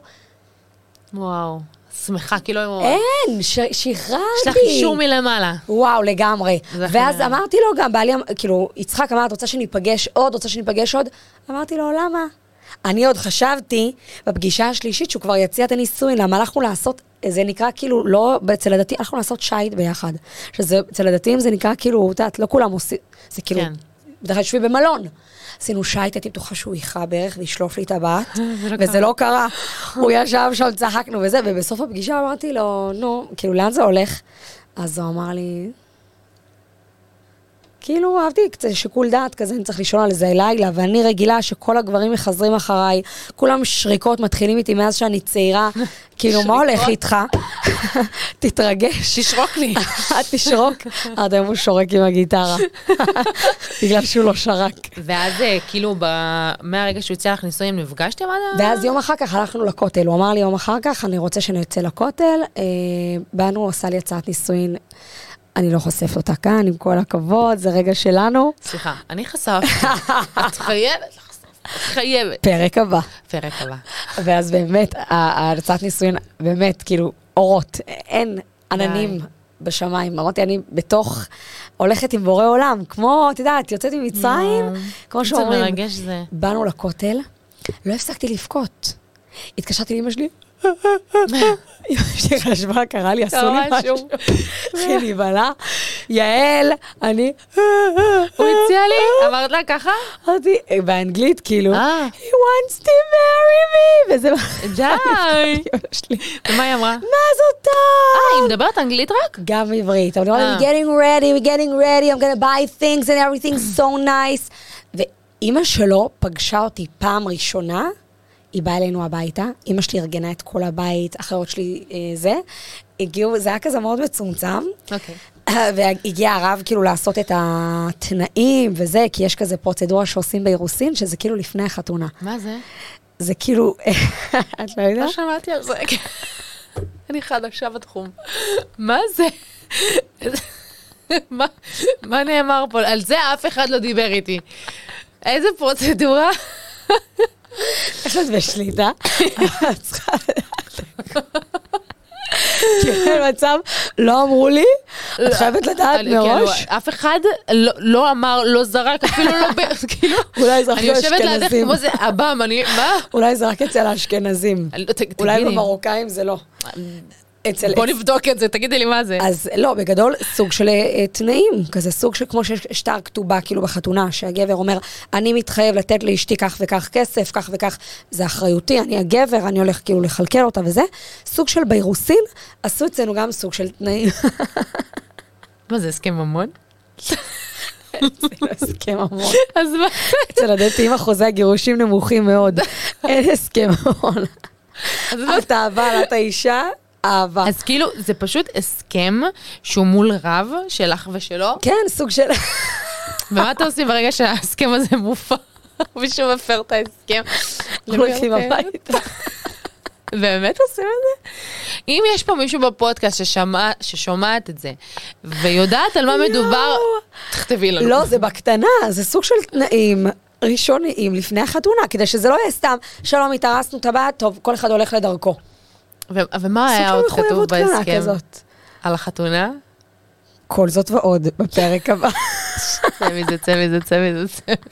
וואו, שמחה, כאילו... אין, שחררתי. יש לך אישור מלמעלה. וואו, לגמרי. ואז אמרתי לו גם, בעלי, כאילו, יצחק אמר, את רוצה שניפגש עוד, רוצה שניפגש עוד? אמרתי לו, למה? אני עוד חשבתי, בפגישה השלישית, שהוא כבר יציע את הניסוי, למה הלכנו לעשות, זה נקרא כאילו, לא, אצל הדתיים, הלכנו לעשות שייט ביחד. שזה, אצל הדתיים זה נקרא כאילו, תעת, לא כולם עושים, זה כאילו, בדרך כלל שבי במלון. עשינו שייט, הייתי בטוחה שהוא איכה בערך וישלוף לי את הבת, וזה לא קרה. הוא ישב שם, צחקנו וזה, ובסוף הפגישה אמרתי לו, נו, כאילו, לאן זה הולך? אז הוא אמר לי, כאילו, אהבתי קצת שיקול דעת כזה, אני צריך לישון על איזה לילה, ואני רגילה שכל הגברים מחזרים אחריי, כולם שריקות מתחילים איתי מאז שאני צעירה, כאילו, מה הולך איתך? תתרגש. תשרוק לי. תשרוק. עד היום הוא שורק עם הגיטרה. בגלל שהוא לא שרק. ואז כאילו, מהרגע שהוא יוצא לך ניסויים, נפגשתם עד... ואז יום אחר כך הלכנו לכותל. הוא אמר לי יום אחר כך, אני רוצה שנצא לכותל. באנו, הוא עשה לי הצעת ניסויים. אני לא חושפת אותה כאן, עם כל הכבוד, זה רגע שלנו. סליחה, אני חשפתי. את חייבת לחשוף. את חייבת. פרק הבא. פרק הבא. ואז באמת, ההצעת נישואין, באמת, כאילו, אורות, אין עננים בשמיים. אמרתי, אני בתוך, הולכת עם בורא עולם, כמו, את יודעת, יוצאת ממצרים, כמו שאומרים. זה מרגש זה. באנו לכותל, לא הפסקתי לבכות. התקשרתי לאמא שלי, אמא שלי חשבה, קרה לי, עשו לי משהו. הכי נבלה. יעל, אני... הוא הציע לי? אמרת לה ככה? אמרתי, באנגלית, כאילו, he wants to marry me, וזה... די. ומה היא אמרה? מה זאת? היא מדברת אנגלית רק? גם בעברית. אבל אמרתי, we're getting ready, I'm gonna buy things and everything's so nice. אימא שלו פגשה אותי פעם ראשונה, היא באה אלינו הביתה, אימא שלי ארגנה את כל הבית, אחרות שלי הגיעו, זה היה כזה מאוד מצומצם. אוקיי. והגיע הרב כאילו לעשות את התנאים וזה, כי יש כזה פרוצדורה שעושים באירוסין, שזה כאילו לפני החתונה. מה זה? זה כאילו, את לא יודעת? לא שמעתי על זה. אני חדשה בתחום. מה זה? מה נאמר פה? על זה אף אחד לא דיבר איתי. איזה פרוצדורה? איך את בשליטה? את צריכה לדעת. כי אין מצב, לא אמרו לי, את חייבת לדעת מראש. אף אחד לא אמר, לא זרק, אפילו לא, כאילו, אולי זרק אני יושבת לידך לאשכנזים. כמו זה, אבם, מה? אולי זרק אצל האשכנזים. אולי במרוקאים זה לא. בוא נבדוק את זה, תגידי לי מה זה. אז לא, בגדול, סוג של תנאים, כזה סוג של כמו שיש שטר כתובה כאילו בחתונה, שהגבר אומר, אני מתחייב לתת לאשתי כך וכך כסף, כך וכך, זה אחריותי, אני הגבר, אני הולך כאילו לחלקל אותה וזה. סוג של באירוסין, עשו אצלנו גם סוג של תנאים. מה זה, הסכם ממון? זה לא הסכם ממון. אז מה? אצל הדתיים אחוזי הגירושים נמוכים מאוד. אין הסכם ממון. את האהבה, את האישה, אהבה. אז כאילו, זה פשוט הסכם שהוא מול רב שלך ושלו. כן, סוג של... ומה אתה עושים ברגע שההסכם הזה מופע? מישהו מפר את ההסכם. הולכים הביתה. באמת עושים את זה? אם יש פה מישהו בפודקאסט ששומעת את זה, ויודעת על מה מדובר, תכתבי לנו. לא, זה בקטנה, זה סוג של תנאים ראשוניים לפני החתונה, כדי שזה לא יהיה סתם, שלום, התארסנו את הבית, טוב, כל אחד הולך לדרכו. ומה היה עוד כתוב בהסכם? על החתונה? כל זאת ועוד בפרק הבא. צא מזה.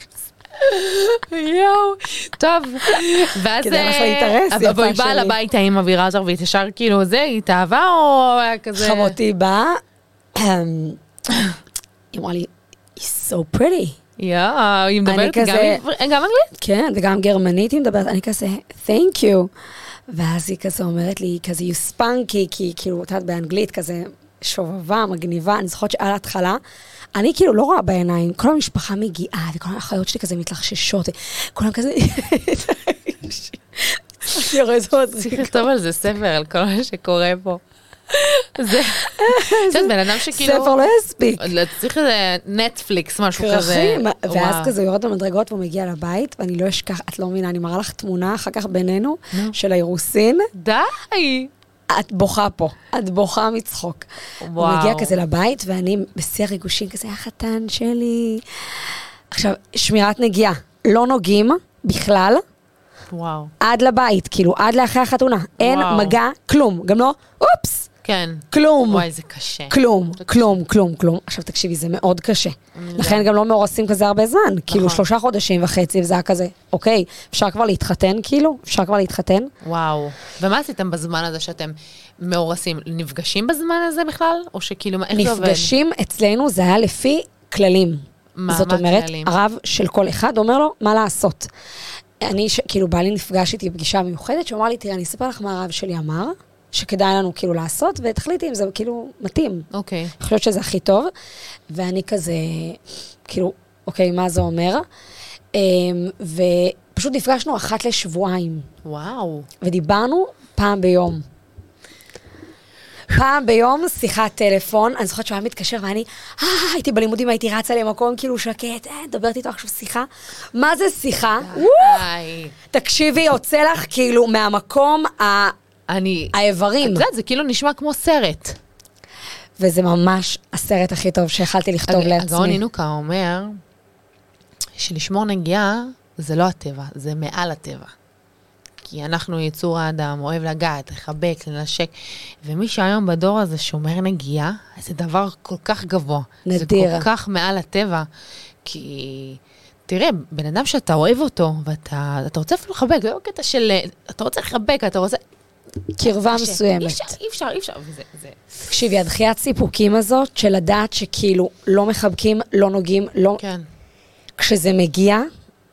יואו, טוב. ואז... כדי לך להתארס, יפה שלי. אבל היא באה לביתה עם אווירה הזו, והיא תשאר כאילו זה, היא התאהבה או היה כזה... חמותי באה, היא אמרה לי, You're so pretty. יואו, היא מדברת גם אנגלית? כן, וגם גרמנית היא מדברת, אני כזה, Thank you. ואז היא כזה אומרת לי, כזה, you spunky, כי כאילו, אתה יודעת באנגלית, כזה שובבה, מגניבה, אני זוכרת שעל ההתחלה, אני כאילו לא רואה בעיניים, כל המשפחה מגיעה, וכל האחיות שלי כזה מתלחששות, כולם כזה... צריך לכתוב על זה ספר, על כל מה שקורה פה. זה בן אדם שכאילו... ספר לא יספיק. צריך איזה נטפליקס, משהו כזה. ואז כזה יורד במדרגות והוא מגיע לבית, ואני לא אשכח, את לא מבינה, אני מראה לך תמונה אחר כך בינינו, של האירוסין. די! את בוכה פה, את בוכה מצחוק. הוא מגיע כזה לבית, ואני בשיא הריגושים כזה, החתן שלי. עכשיו, שמירת נגיעה, לא נוגעים בכלל, וואו. עד לבית, כאילו, עד לאחרי החתונה. אין מגע, כלום, גם לא, אופס. כן. כלום. וואי, זה קשה. כלום. עכשיו תקשיבי, זה מאוד קשה. לכן גם לא מאורסים כזה הרבה זמן. כאילו 3.5 חודשים, וזה היה כזה, אוקיי, אפשר כבר להתחתן כאילו? אפשר כבר להתחתן? וואו. ומה עשיתם בזמן הזה שאתם מאורסים? נפגשים בזמן הזה בכלל? או שכאילו, איך זה עובד? נפגשים אצלנו זה היה לפי כללים. זאת אומרת, הרב של כל אחד אומר לו מה לעשות. אני, כאילו, בעלי נפגש איתי בפגישה מיוחדת, שהוא אמר לי, תראה, אני אספר לך מה הרב שלי אמר, שכדאי לנו כאילו לעשות, ותחליטי אם זה כאילו מתאים. אוקיי. אני חושבת שזה הכי טוב, ואני כזה, כאילו, אוקיי, מה זה אומר? ופשוט נפגשנו אחת לשבועיים. וואו. ודיברנו פעם ביום. פעם ביום שיחת טלפון, אני זוכרת שהוא היה מתקשר, ואני, הייתי בלימודים, הייתי רצה למקום כאילו שקט, דברת איתו עכשיו שיחה. מה זה שיחה? תקשיבי, יוצא לך כאילו מהמקום האיברים. את יודעת, זה כאילו נשמע כמו סרט. וזה ממש הסרט הכי טוב שיכלתי לכתוב לעצמי. הגאון אינוקה אומר, שלשמור נגיעה זה לא הטבע, זה מעל הטבע. כי אנחנו יצור האדם, אוהב לגעת, לחבק, לנשק, ומי שהיום בדור הזה שומר נגיעה, זה דבר כל כך גבוה. נדיר. זה כל כך מעל הטבע, כי תראה, בן אדם שאתה אוהב אותו, ואתה רוצה אפילו לחבק, לא קטע של, אתה רוצה לחבק, אתה רוצה... קרבה מסוימת. אי אפשר, וזה... תקשיבי, הדחיית סיפוקים הזאת, של לדעת שכאילו לא מחבקים, לא נוגעים, לא... כן. כשזה מגיע,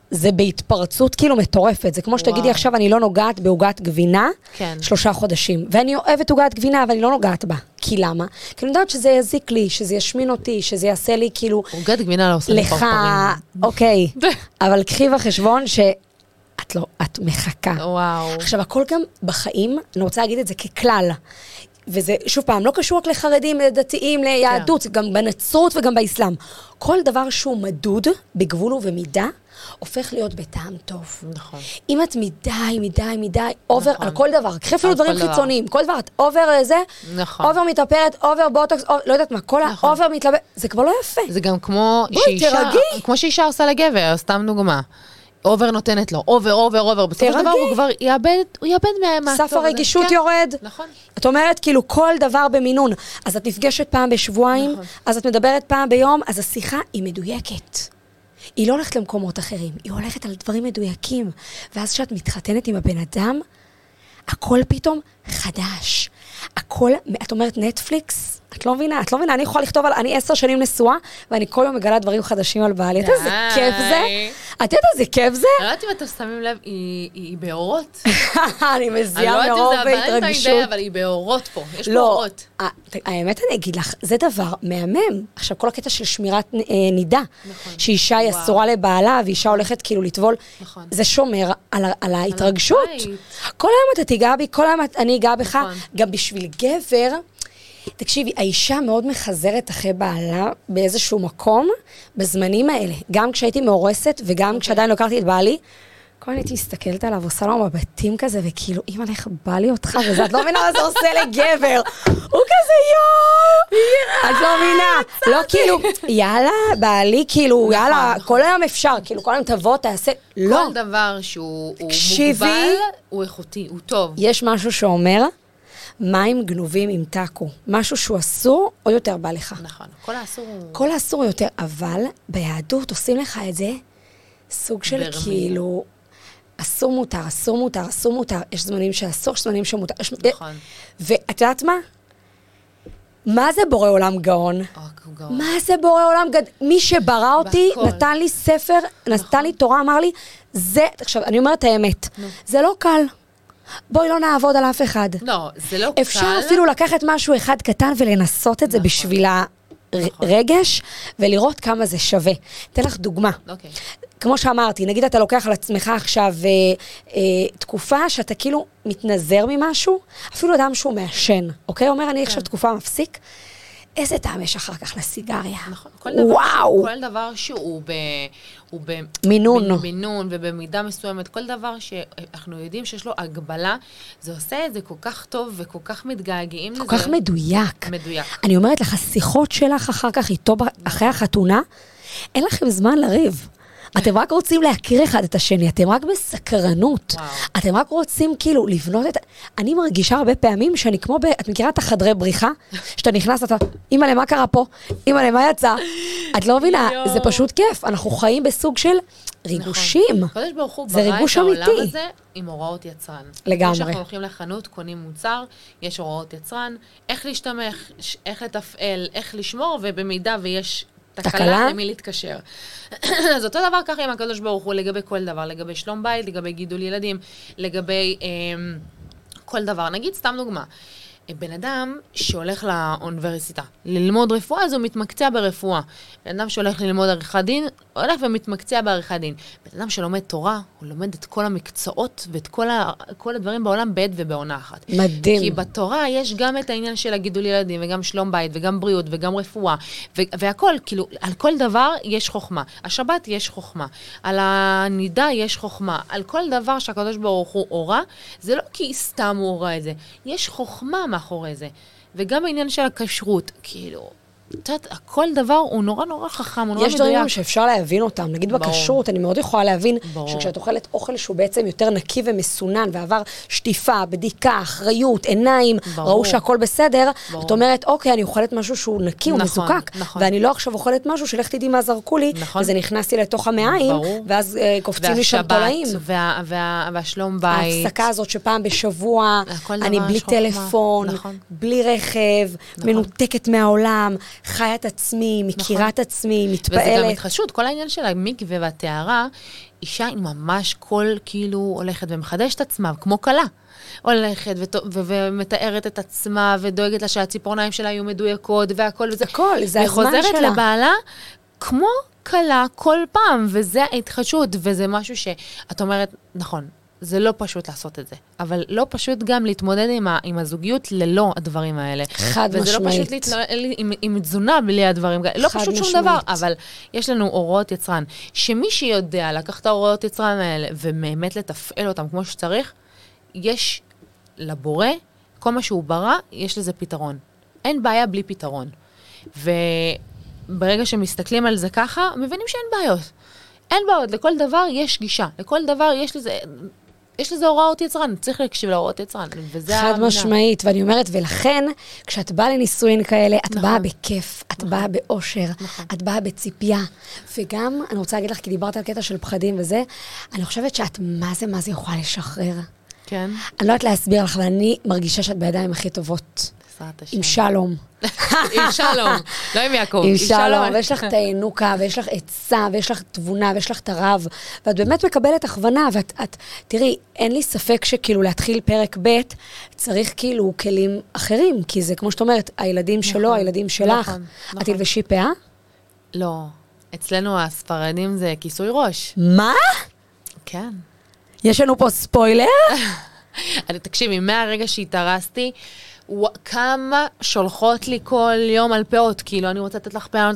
זה בהתפרצות כאילו מטורפת. זה כמו שתגידי עכשיו, אני לא נוגעת בעוגת גבינה 3 חודשים. ואני אוהבת עוגת גבינה, אבל אני לא נוגעת בה. כי למה? כי אני יודעת שזה יזיק לי, שזה ישמין אותי, שזה יעשה לי כאילו... עוגת גבינה לא עושה לי פרפרים. אוקיי. אבל קחי בחשבון שאת לא, את מחכה. וואו. עכשיו, הכל גם בחיים, אני רוצה להגיד את זה ככלל. וזה, שוב פעם, לא קשור רק לחרדים, לדתיים, ליהדות, גם בנצרות וגם באסלאם. כל דבר שהוא מדוד, בגבול ובמידה, הופך להיות בטעם טוב. נכון. אם את מדי, אובר, על כל דבר, קחי אפילו דברים חיצוניים, כל דבר, את אובר זה, אובר מתאפרת, אובר בוטוקס, לא יודעת מה, כל האובר מתלבט, זה כבר לא יפה. זה גם כמו שאישה עושה לגבר, סתם דוגמה. אובר נותנת לו, אובר, בסופו של דבר הוא כבר יאבד מהטוב. סף הרגישות יורד. נכון. את אומרת, כאילו, כל דבר במינון. אז את נפגשת פעם בשבועיים, אז את מדברת פעם ביום, אז השיחה היא מדויקת. היא לא הולכת למקומות אחרים, היא הולכת על דברים מדויקים. ואז כשאת מתחתנת עם הבן אדם, הכל פתאום חדש. הכל, את אומרת נטפליקס? את לא מבינה, אני יכולה לכתוב על, אני 10 שנים נשואה, ואני כל יום מגלה דברים חדשים על בעלי. את יודעת איזה כיף זה? את יודעת איזה כיף זה? אני לא יודעת אם אתם שמים לב, היא באורות. אני מזיעה מרוב והתרגשות. אבל היא באורות פה, יש פה אורות. האמת אני אגיד לך, זה דבר מהמם. עכשיו, כל הקטע של שמירת נידה, שאישה היא אסורה לבעלה, ואישה הולכת כאילו לטבול, זה שומר על ההתרגשות. כל היום אתה תיגע בי, כל היום אני אגע בך, גם בשביל גבר, תקשיבי, האישה מאוד מחזרת אחרי בעלה באיזשהו מקום, בזמנים האלה. גם כשהייתי מאורסת, וגם כשעדיין לא הכרתי את בעלי, כל הייתי מסתכלת עליו, עושה לו מבטים כזה, וכאילו, אמא לך, בא לי אותך, וזה, את לא מבינה מה זה עושה לגבר. הוא כזה, את לא מבינה. לא כאילו, יאללה, בעלי, כאילו, יאללה, כל היום אפשר, כאילו, כל היום תבוא, תעשה, לא. כל דבר שהוא מוגבל, הוא איכותי, הוא טוב. יש משהו שאומר, מים גנובים עם טאקו. משהו שהוא אסור, עוד יותר בא לך. נכון, כל האסור הוא... כל האסור יותר, אבל ביהדות עושים לך את זה, סוג של כאילו, אסור מותר. יש זמנים שאסור, יש זמנים שמותר. נכון. ואת יודעת מה? מה זה בורא עולם גאון? מה זה בורא עולם גאון? מי שברא אותי, נתן לי ספר, נתן לי תורה, אמר לי, זה, עכשיו, אני אומרת האמת, זה לא קל. בואי לא נעבוד על אף אחד. לא, זה לא קל. אפשר אפילו לקחת משהו אחד קטן ולנסות את זה בשביל הרגש, ולראות כמה זה שווה. אתן לך דוגמה. אוקיי. כמו שאמרתי, נגיד אתה לוקח על עצמך עכשיו תקופה שאתה כאילו מתנזר ממשהו, אפילו אדם שהוא מעשן, אוקיי? אומר, אני עכשיו תקופה מפסיק, איזה טעם יש אחר כך לסיגריה? נכון. וואו! כל דבר שהוא מינון ובמידה מסוימת, כל דבר שאנחנו יודעים שיש לו הגבלה, זה עושה את זה כל כך טוב וכל כך מתגעגעים לזה. כל כך מדויק. אני אומרת לך, השיחות שלך אחר כך איתו, אחרי החתונה, אין לכם זמן לריב. אתם רק רוצים להכיר אחד את השני, אתם רק בסקרנות. אתם רק רוצים כאילו לבנות את... אני מרגישה הרבה פעמים שאני כמו את מכירה את החדרי בריחה? שאתה נכנס, אתה... אמא, מה קרה פה? אמא, מה יצא? את לא מבינה, זה פשוט כיף. אנחנו חיים בסוג של ריגושים. קדוש ברוך הוא ברא את העולם הזה עם הוראות יצרן. לגמרי. כשאנחנו הולכים לחנות, קונים מוצר, יש הוראות יצרן, איך להשתמש, איך לתפעל, איך לשמור, ובמידה ויש... תקלה, למי להתקשר. אז אותו דבר ככה עם הקדוש ברוך הוא לגבי כל דבר, לגבי שלום בית, לגבי גידול ילדים, לגבי כל דבר. נגיד, סתם דוגמה, בן אדם שהולך לאוניברסיטה ללמוד רפואה, אז הוא מתמקצע ברפואה. בן אדם שהולך ללמוד עריכת דין, הולך ומתמקצע בעריכת דין. בן אדם שלומד תורה, הוא לומד את כל המקצועות ואת כל הדברים בעולם בעת ובעונה אחת. מדהים. כי בתורה יש גם את העניין של הגידול ילדים, וגם שלום בית, וגם בריאות, וגם רפואה, והכל, כאילו, על כל דבר יש חוכמה. השבת יש חוכמה. על הנידה יש חוכמה. על כל דבר שהקדוש ברוך הוא הורה, זה לא כי סתם הוא הורה את זה. יש חוכמה מאחורי זה. וגם העניין של הכשרות, כאילו, כל דבר הוא נורא נורא חכם, הוא נורא מדויק. יש דברים שאפשר להבין אותם. נגיד בכשרות, אני מאוד יכולה להבין שכשאת אוכלת אוכל שהוא בעצם יותר נקי ומסונן, ועבר שטיפה, בדיקה, אחריות, עיניים, ראו שהכל בסדר, את אומרת, אוקיי, אני אוכלת משהו שהוא נקי ומזוקק, ואני לא עכשיו אוכלת משהו שלכת איתי מה זרקו לי, וזה נכנסתי לתוך המעיים, ואז קופצים לי שם תולעים. והשלום בית. ההפסקה הזאת שפעם בשבוע, אני בלי טלפון, בלי רכב, מנותקת מהעולם, חיה את עצמי, מכירה את עצמי, מתפעלת. וזה גם התחדשות, כל העניין של המקווה והטהרה, אישה היא ממש כאילו הולכת ומחדשת את עצמה, כמו קלה. הולכת ומתארת את עצמה, ודואגת לה שהציפורניים שלה יהיו מדויקות, והכל וזה. הכל, זה הזמן שלה. וחוזרת לבעלה, כמו קלה כל פעם, וזה ההתחדשות, וזה משהו שאת אומרת, נכון, זה לא פשוט לעשות את זה, אבל לא פשוט גם להתמודד עם הזוגיות ללא הדברים האלה. חד משמעית. וזה לא פשוט להתנהל עם תזונה בלי הדברים האלה. לא פשוט שום דבר, אבל יש לנו הוראות יצרן, שמי שיודע לקח את ההוראות יצרן האלה, ובאמת לתפעל אותם כמו שצריך, יש לבורא, כל מה שהוא ברא, יש לזה פתרון. אין בעיה בלי פתרון. וברגע שמסתכלים על זה ככה, מבינים שאין בעיות. אין בעיות, לכל דבר יש גישה. לכל דבר יש לזה הוראות יצרן, צריך להקשיב להוראות יצרן, וזה חד משמעית, ואני אומרת, ולכן, כשאת באה לנישואין כאלה, את נכון. באה בכיף, את באה באושר, נכון. את באה בציפייה, וגם, אני רוצה להגיד לך, כי דיברת על קטע של פחדים וזה, אני חושבת שאת מה זה יכולה לשחרר. כן. אני לא יודעת להסביר לך, אבל אני מרגישה שאת בידיים הכי טובות. בעזרת השם. עם שלום. עם שלום, לא עם יעקב. עם שלום, ויש לך את העינוקה, ויש לך עצה, ויש לך תבונה, ויש לך את הרב, ואת באמת מקבלת הכוונה, תראי, אין לי ספק שכאילו להתחיל פרק ב' צריך כאילו כלים אחרים, כי זה כמו שאת אומרת, הילדים שלו, הילדים שלך. את תלבשי פאה? לא, אצלנו הספרדים זה כיסוי ראש. מה? כן. יש לנו פה ספוילר? תקשיבי, מהרגע שהתארסתי, כמה שולחות לי כל יום על פאות, כאילו, אני רוצה לתת לך פאה,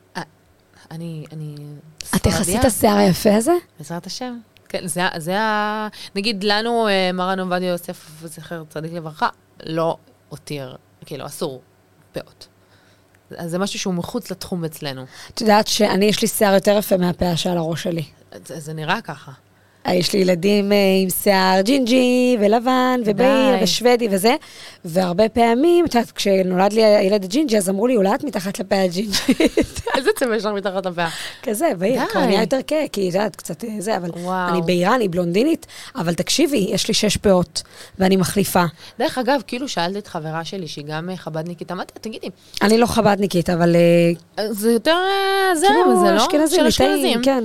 אני ספרדיה. את יחסית השיער היפה הזה? בעזרת השם. כן, זה נגיד לנו, מרן עובדיה יוסף, זכר צדיק לברכה, לא הותיר, כאילו, אסור פאות. אז זה משהו שהוא מחוץ לתחום אצלנו. את יודעת שאני, יש לי שיער יותר יפה מהפאה שעל הראש שלי. זה נראה ככה. יש לי ילדים עם שיער ג'ינג'י ולבן ובהיר ושוודי וזה, והרבה פעמים, את יודעת, כשנולד לי הילד הג'ינג'י, אז אמרו לי, אולי את מתחת לפאה הג'ינג'ית. איזה צבע יש לך מתחת לפאה? כזה, בהיר, כבר נהיה יותר כי היא יודעת, קצת זה, אבל אני בהירה, אני בלונדינית, אבל תקשיבי, יש לי 6 פאות, ואני מחליפה. דרך אגב, כאילו שאלת את חברה שלי, שהיא גם חבדניקית, אמרתי, תגידי. אני לא חבדניקית, אבל... זה יותר זרם, זה לא? אשכנזים, ליטאים, כן.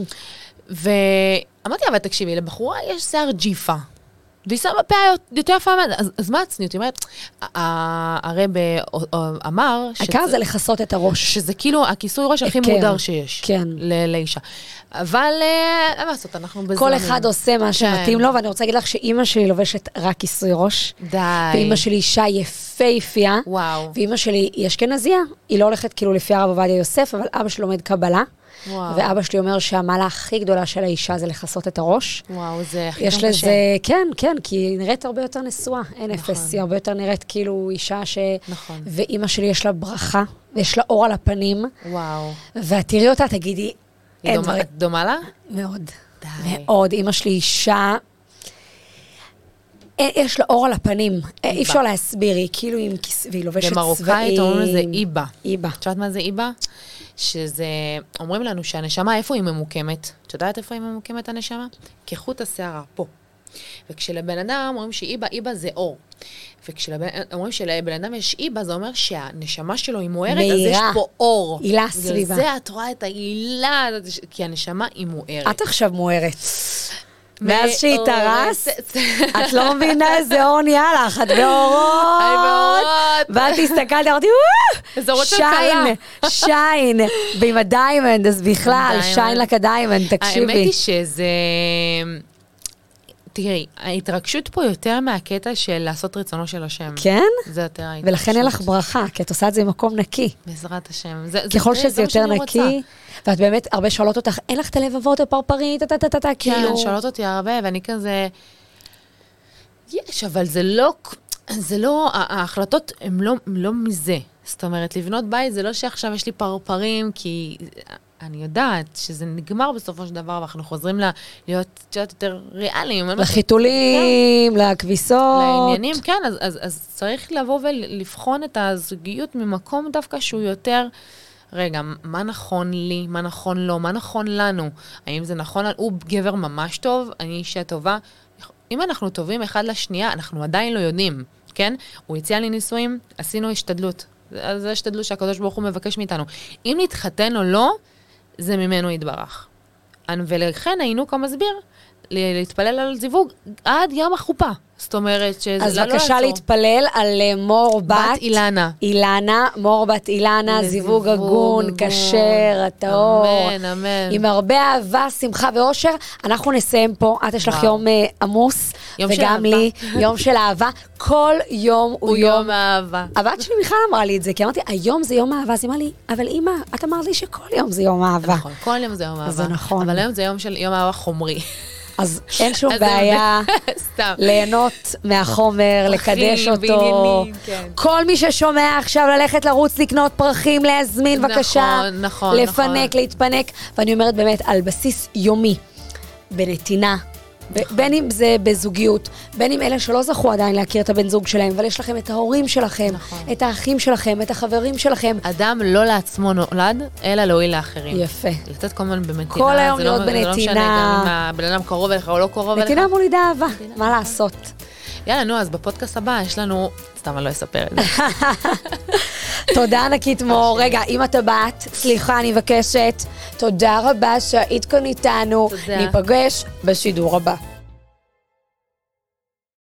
אמרתי, אבל תקשיבי, לבחורה יש שיער ג'יפה, והיא שמה פאה יותר יפה, אז מה הצניעות? היא אומרת, הרב אמר... העיקר זה לחסות את הראש. שזה כאילו הכיסוי ראש הכי מודר שיש. כן. לאישה. אבל, מה לעשות, אנחנו בזמנים. כל אחד עושה מה שמתאים לו, ואני רוצה להגיד לך שאימא שלי לובשת רק כיסוי ראש. די. ואימא שלי אישה יפהפייה. וואו. ואימא שלי היא אשכנזייה. היא לא הולכת כאילו לפי הרב עובדיה יוסף, אבל אבא שלי לומד קבלה. וואו. ואבא שלי אומר שהמעלה הכי גדולה של האישה זה לחסות את הראש. וואו, זה הכי יש לזה, כן, כן, כי היא נראית הרבה יותר נשואה, אין אפס, היא הרבה יותר נראית כאילו אישה נכון. ואימא שלי יש לה ברכה, ויש לה אור על הפנים. וואו. ואת תראי אותה, תגידי, היא דומה לה? מאוד. די. מאוד. אימא שלי אישה, יש לה אור על הפנים, אי אפשר להסביר, היא כאילו עם כיס, והיא לובשת צבעים. במרוקאית אומרים לזה איבה. איבה. את יודעת מה זה איבה? שזה, אומרים לנו שהנשמה, איפה היא ממוקמת? את יודעת איפה היא ממוקמת הנשמה? כחוט השערה, פה. וכשלבן אדם אומרים שאיבה, איבה זה אור. וכשאומרים שלבן אדם יש איבה, זה אומר שהנשמה שלו היא מוארת, אז יש פה אור. הילה סביבה. זה את רואה את ההילה, כי הנשמה היא מוארת. את עכשיו מוארת. מאז שהתארס, את לא מבינה איזה אור נהיה לך, את באורות. ואת הסתכלת, אמרתי, שיין, ועם הדיימנד, אז בכלל, שיין לך הדיימנד, תקשיבי. האמת היא שזה... תראי, ההתרגשות פה יותר מהקטע של לעשות רצונו של השם. כן? זה יותר ההתרגשות. ולכן אין לך ברכה, כי את עושה את זה במקום נקי. בעזרת השם. ככל שזה יותר נקי, ואת באמת הרבה שואלות אותך, אין לך את הלבבות הפרפרית, כאילו. כן, שואלות אותי הרבה, ואני כזה... יש, אבל זה לא, ההחלטות הן לא מזה. זאת אומרת, לבנות בית זה לא שעכשיו יש לי פרפרים, כי... אני יודעת שזה נגמר בסופו של דבר, ואנחנו חוזרים להיות יותר ריאליים. לחיתולים, לכביסות. לעניינים, כן, אז צריך לבוא ולבחון את הזוגיות ממקום דווקא שהוא יותר, רגע, מה נכון לי, מה נכון לו, מה נכון לנו? האם זה נכון, הוא גבר ממש טוב, אני אישה טובה. אם אנחנו טובים אחד לשנייה, אנחנו עדיין לא יודעים, כן? הוא הציע לי נישואים, עשינו השתדלות. אז זה שתדלו שהקדוש ברוך הוא מבקש מאיתנו. אם נתחתן או לא, זה ממנו יתברך. ולכן העינוק המסביר, להתפלל על זיווג עד יום החופה. זאת אומרת שזה אז בבקשה להתפלל על מור בת אילנה. אילנה, מור בת אילנה, זיווג הגון, כשר, הטהור. אמן, אמן. עם הרבה אהבה, שמחה ואושר. אנחנו נסיים פה, את יש לך יום עמוס, וגם לי, יום של אהבה. כל יום הוא יום אהבה. הבת שלי בכלל אמרה לי את זה, כי אמרתי, היום זה יום אהבה, אז היא אמרה לי, אבל אמא, את אמרת לי שכל יום זה יום אהבה. נכון, כל יום זה יום אהבה. זה נכון. אבל היום זה יום אהבה חומרי. אז אין שום בעיה ליהנות מהחומר, לקדש אותו. כל מי ששומע עכשיו ללכת לרוץ, לקנות פרחים, להזמין, בבקשה, לפנק, להתפנק. ואני אומרת באמת, על בסיס יומי, בנתינה, בין אם זה בזוגיות, בין אם אלה שלא זכו עדיין להכיר את הבן זוג שלהם, אבל יש לכם את ההורים שלכם, את האחים שלכם, את החברים שלכם. אדם לא לעצמו נולד, אלא להועיל לאחרים. יפה. לתת כל הזמן במתינה. כל היום להיות בנתינה. זה לא משנה גם אם הבן אדם קרוב אליך או לא קרוב אליך. נתינה מולידה אהבה, מה לעשות? יאללה, נו, אז בפודקאסט הבא יש לנו... סתם, אני לא אספר את זה. תודה ענקית מור. רגע, אם אתה בת, סליחה, אני מבקשת. תודה רבה שהיית כאן איתנו. ניפגש בשידור הבא.